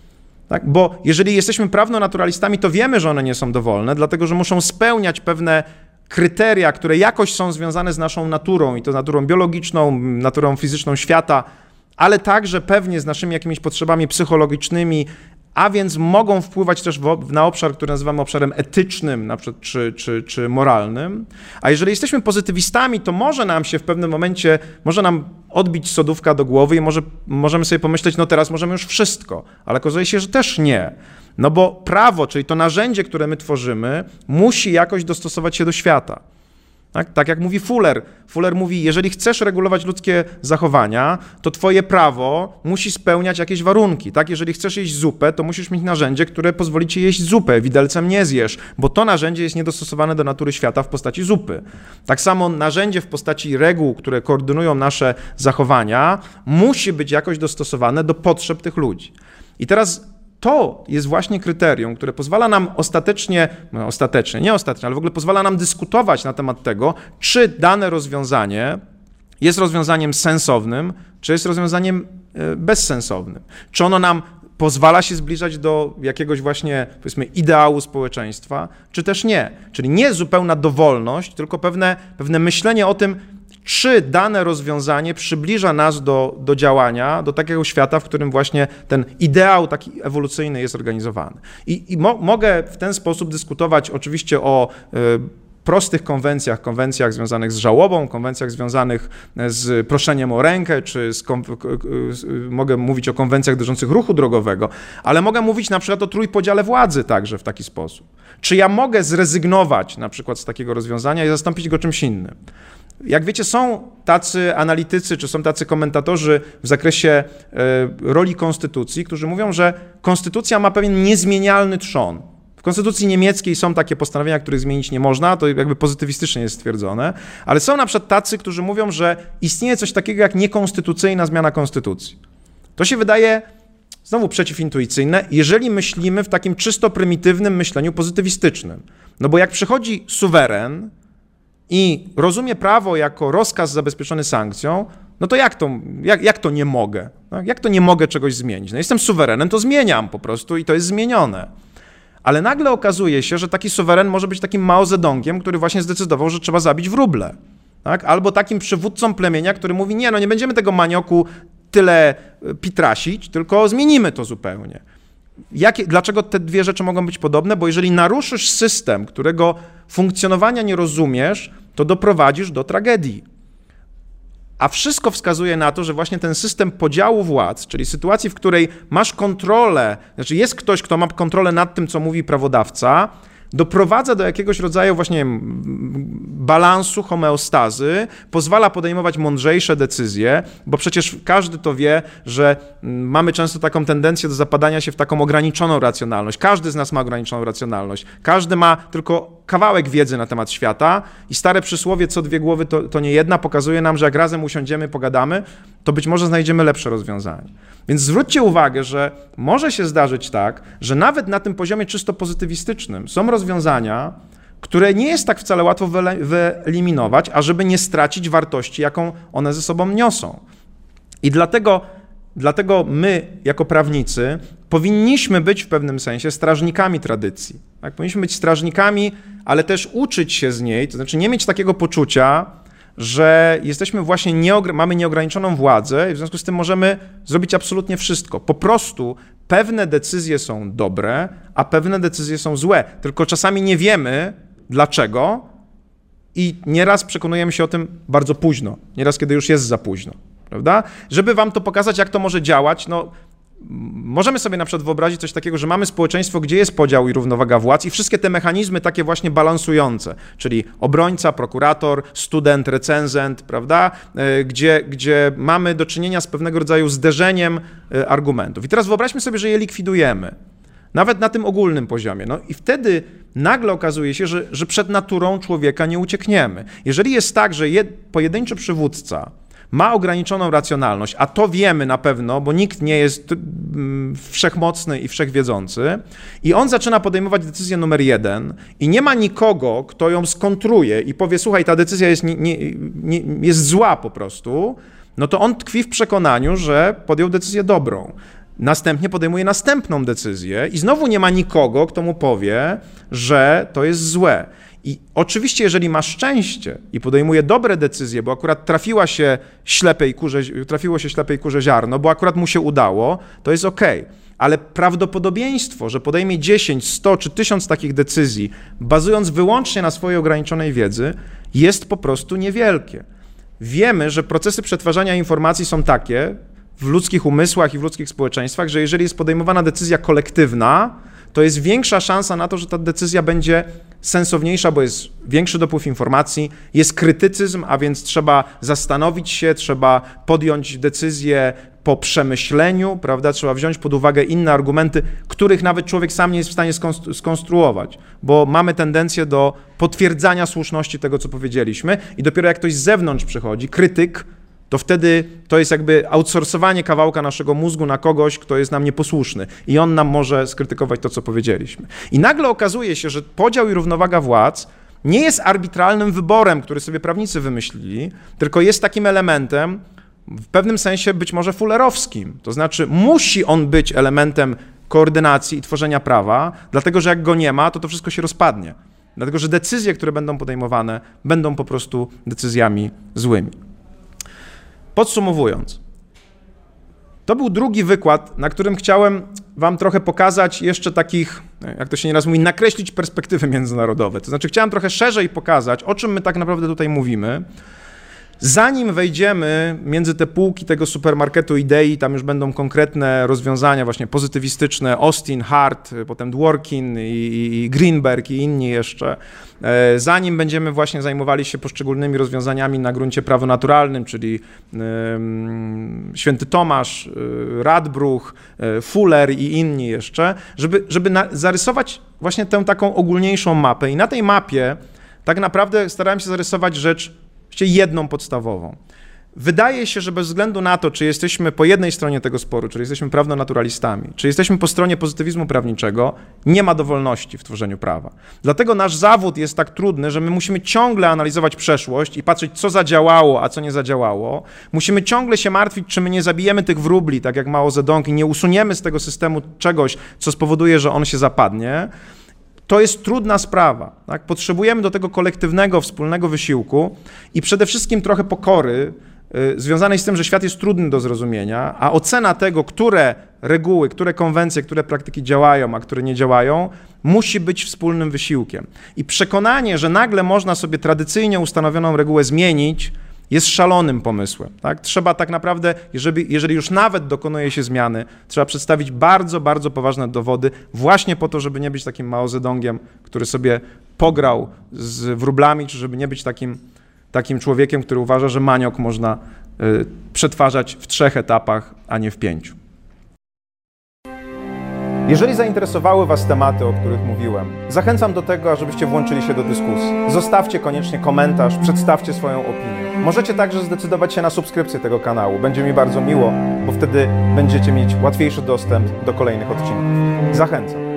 Tak? Bo jeżeli jesteśmy prawno-naturalistami, to wiemy, że one nie są dowolne, dlatego że muszą spełniać pewne kryteria, które jakoś są związane z naszą naturą i to naturą biologiczną, naturą fizyczną świata, ale także pewnie z naszymi jakimiś potrzebami psychologicznymi, a więc mogą wpływać też w, na obszar, który nazywamy obszarem etycznym, na przykład, czy, czy, czy moralnym. A jeżeli jesteśmy pozytywistami, to może nam się w pewnym momencie, może nam odbić sodówka do głowy i może, możemy sobie pomyśleć, no teraz możemy już wszystko, ale okazuje się, że też nie. No bo prawo, czyli to narzędzie, które my tworzymy, musi jakoś dostosować się do świata. Tak, tak jak mówi Fuller. Fuller mówi, jeżeli chcesz regulować ludzkie zachowania, to twoje prawo musi spełniać jakieś warunki. Tak? Jeżeli chcesz jeść zupę, to musisz mieć narzędzie, które pozwoli ci jeść zupę. Widelcem nie zjesz, bo to narzędzie jest niedostosowane do natury świata w postaci zupy. Tak samo narzędzie w postaci reguł, które koordynują nasze zachowania, musi być jakoś dostosowane do potrzeb tych ludzi. I teraz to jest właśnie kryterium, które pozwala nam ostatecznie, no ostatecznie, nie ostatecznie, ale w ogóle pozwala nam dyskutować na temat tego, czy dane rozwiązanie jest rozwiązaniem sensownym, czy jest rozwiązaniem bezsensownym. Czy ono nam pozwala się zbliżać do jakiegoś właśnie, powiedzmy, ideału społeczeństwa, czy też nie. Czyli nie zupełna dowolność, tylko pewne, pewne myślenie o tym, czy dane rozwiązanie przybliża nas do, do działania, do takiego świata, w którym właśnie ten ideał taki ewolucyjny jest organizowany. I, i mo, mogę w ten sposób dyskutować oczywiście o y, prostych konwencjach, konwencjach związanych z żałobą, konwencjach związanych z proszeniem o rękę, czy z, mogę mówić o konwencjach dotyczących ruchu drogowego, ale mogę mówić na przykład o trójpodziale władzy także w taki sposób. Czy ja mogę zrezygnować na przykład z takiego rozwiązania i zastąpić go czymś innym? Jak wiecie, są tacy analitycy, czy są tacy komentatorzy w zakresie roli konstytucji, którzy mówią, że konstytucja ma pewien niezmienialny trzon. W konstytucji niemieckiej są takie postanowienia, których zmienić nie można, to jakby pozytywistycznie jest stwierdzone, ale są na przykład tacy, którzy mówią, że istnieje coś takiego jak niekonstytucyjna zmiana konstytucji. To się wydaje znowu przeciwintuicyjne, jeżeli myślimy w takim czysto prymitywnym myśleniu pozytywistycznym. No bo jak przychodzi suweren i rozumie prawo jako rozkaz zabezpieczony sankcją, no to jak to, jak, jak to nie mogę? No, jak to nie mogę czegoś zmienić? No jestem suwerenem, to zmieniam po prostu i to jest zmienione. Ale nagle okazuje się, że taki suweren może być takim Mao Zedongiem, który właśnie zdecydował, że trzeba zabić wróble. Tak? Albo takim przywódcą plemienia, który mówi, nie, no nie będziemy tego manioku tyle pitrasić, tylko zmienimy to zupełnie. Jakie, dlaczego te dwie rzeczy mogą być podobne? Bo jeżeli naruszysz system, którego funkcjonowania nie rozumiesz, to doprowadzisz do tragedii. A wszystko wskazuje na to, że właśnie ten system podziału władz, czyli sytuacji, w której masz kontrolę, znaczy jest ktoś, kto ma kontrolę nad tym, co mówi prawodawca, doprowadza do jakiegoś rodzaju właśnie balansu, homeostazy, pozwala podejmować mądrzejsze decyzje, bo przecież każdy to wie, że mamy często taką tendencję do zapadania się w taką ograniczoną racjonalność. Każdy z nas ma ograniczoną racjonalność. Każdy ma tylko kawałek wiedzy na temat świata i stare przysłowie co dwie głowy to, to nie jedna pokazuje nam, że jak razem usiądziemy, pogadamy, to być może znajdziemy lepsze rozwiązanie. Więc zwróćcie uwagę, że może się zdarzyć tak, że nawet na tym poziomie czysto pozytywistycznym są rozwiązania, które nie jest tak wcale łatwo wyeliminować, ażeby nie stracić wartości, jaką one ze sobą niosą. I dlatego, dlatego my, jako prawnicy, powinniśmy być w pewnym sensie strażnikami tradycji. Tak? Powinniśmy być strażnikami, ale też uczyć się z niej, to znaczy nie mieć takiego poczucia, że jesteśmy właśnie, nieogr- mamy nieograniczoną władzę i w związku z tym możemy zrobić absolutnie wszystko. Po prostu pewne decyzje są dobre, a pewne decyzje są złe. Tylko czasami nie wiemy dlaczego i nieraz przekonujemy się o tym bardzo późno. Nieraz, kiedy już jest za późno. Prawda? Żeby wam to pokazać, jak to może działać, no możemy sobie na przykład wyobrazić coś takiego, że mamy społeczeństwo, gdzie jest podział i równowaga władz i wszystkie te mechanizmy takie właśnie balansujące, czyli obrońca, prokurator, student, recenzent, prawda, gdzie, gdzie mamy do czynienia z pewnego rodzaju zderzeniem argumentów. I teraz wyobraźmy sobie, że je likwidujemy, nawet na tym ogólnym poziomie. No i wtedy nagle okazuje się, że, że przed naturą człowieka nie uciekniemy. Jeżeli jest tak, że jed, pojedynczy przywódca ma ograniczoną racjonalność, a to wiemy na pewno, bo nikt nie jest wszechmocny i wszechwiedzący, i on zaczyna podejmować decyzję numer jeden i nie ma nikogo, kto ją skontruje i powie, słuchaj, ta decyzja jest, nie, nie, nie, jest zła po prostu, no to on tkwi w przekonaniu, że podjął decyzję dobrą. Następnie podejmuje następną decyzję i znowu nie ma nikogo, kto mu powie, że to jest złe. I oczywiście, jeżeli ma szczęście i podejmuje dobre decyzje, bo akurat trafiła się ślepej kurze, trafiło się ślepej kurze ziarno, bo akurat mu się udało, to jest okej. Ale prawdopodobieństwo, że podejmie dziesięć, sto czy tysiąc takich decyzji, bazując wyłącznie na swojej ograniczonej wiedzy, jest po prostu niewielkie. Wiemy, że procesy przetwarzania informacji są takie w ludzkich umysłach i w ludzkich społeczeństwach, że jeżeli jest podejmowana decyzja kolektywna, to jest większa szansa na to, że ta decyzja będzie sensowniejsza, bo jest większy dopływ informacji, jest krytycyzm, a więc trzeba zastanowić się, trzeba podjąć decyzję po przemyśleniu, prawda? Trzeba wziąć pod uwagę inne argumenty, których nawet człowiek sam nie jest w stanie skonstruować, bo mamy tendencję do potwierdzania słuszności tego, co powiedzieliśmy i dopiero jak ktoś z zewnątrz przychodzi, krytyk, to wtedy to jest jakby outsourcowanie kawałka naszego mózgu na kogoś, kto jest nam nieposłuszny i on nam może skrytykować to, co powiedzieliśmy. I nagle okazuje się, że podział i równowaga władz nie jest arbitralnym wyborem, który sobie prawnicy wymyślili, tylko jest takim elementem w pewnym sensie być może fullerowskim. To znaczy musi on być elementem koordynacji i tworzenia prawa, dlatego że jak go nie ma, to to wszystko się rozpadnie. Dlatego że decyzje, które będą podejmowane, będą po prostu decyzjami złymi. Podsumowując, to był drugi wykład, na którym chciałem wam trochę pokazać jeszcze takich, jak to się nieraz mówi, nakreślić perspektywy międzynarodowe. To znaczy chciałem trochę szerzej pokazać, o czym my tak naprawdę tutaj mówimy. Zanim wejdziemy między te półki tego supermarketu idei, tam już będą konkretne rozwiązania właśnie pozytywistyczne, Austin, Hart, potem Dworkin i, i Greenberg i inni jeszcze. Zanim będziemy właśnie zajmowali się poszczególnymi rozwiązaniami na gruncie prawonaturalnym, czyli um, Święty Tomasz, Radbruch, Fuller i inni jeszcze, żeby, żeby na, zarysować właśnie tę taką ogólniejszą mapę. I na tej mapie tak naprawdę starałem się zarysować rzecz jedną podstawową. Wydaje się, że bez względu na to, czy jesteśmy po jednej stronie tego sporu, czy jesteśmy prawnonaturalistami, czy jesteśmy po stronie pozytywizmu prawniczego, nie ma dowolności w tworzeniu prawa. Dlatego nasz zawód jest tak trudny, że my musimy ciągle analizować przeszłość i patrzeć, co zadziałało, a co nie zadziałało. Musimy ciągle się martwić, czy my nie zabijemy tych wróbli, tak jak Mao Zedong, i nie usuniemy z tego systemu czegoś, co spowoduje, że on się zapadnie. To jest trudna sprawa. Tak? Potrzebujemy do tego kolektywnego, wspólnego wysiłku i przede wszystkim trochę pokory y, związanej z tym, że świat jest trudny do zrozumienia, a ocena tego, które reguły, które konwencje, które praktyki działają, a które nie działają, musi być wspólnym wysiłkiem. I przekonanie, że nagle można sobie tradycyjnie ustanowioną regułę zmienić, jest szalonym pomysłem. Tak? Trzeba tak naprawdę, jeżeli, jeżeli już nawet dokonuje się zmiany, trzeba przedstawić bardzo, bardzo poważne dowody właśnie po to, żeby nie być takim Mao Zedongiem, który sobie pograł z wróblami, czy żeby nie być takim, takim człowiekiem, który uważa, że maniok można y, przetwarzać w trzech etapach, a nie w pięciu. Jeżeli zainteresowały was tematy, o których mówiłem, zachęcam do tego, ażebyście włączyli się do dyskusji. Zostawcie koniecznie komentarz, przedstawcie swoją opinię. Możecie także zdecydować się na subskrypcję tego kanału. Będzie mi bardzo miło, bo wtedy będziecie mieć łatwiejszy dostęp do kolejnych odcinków. Zachęcam.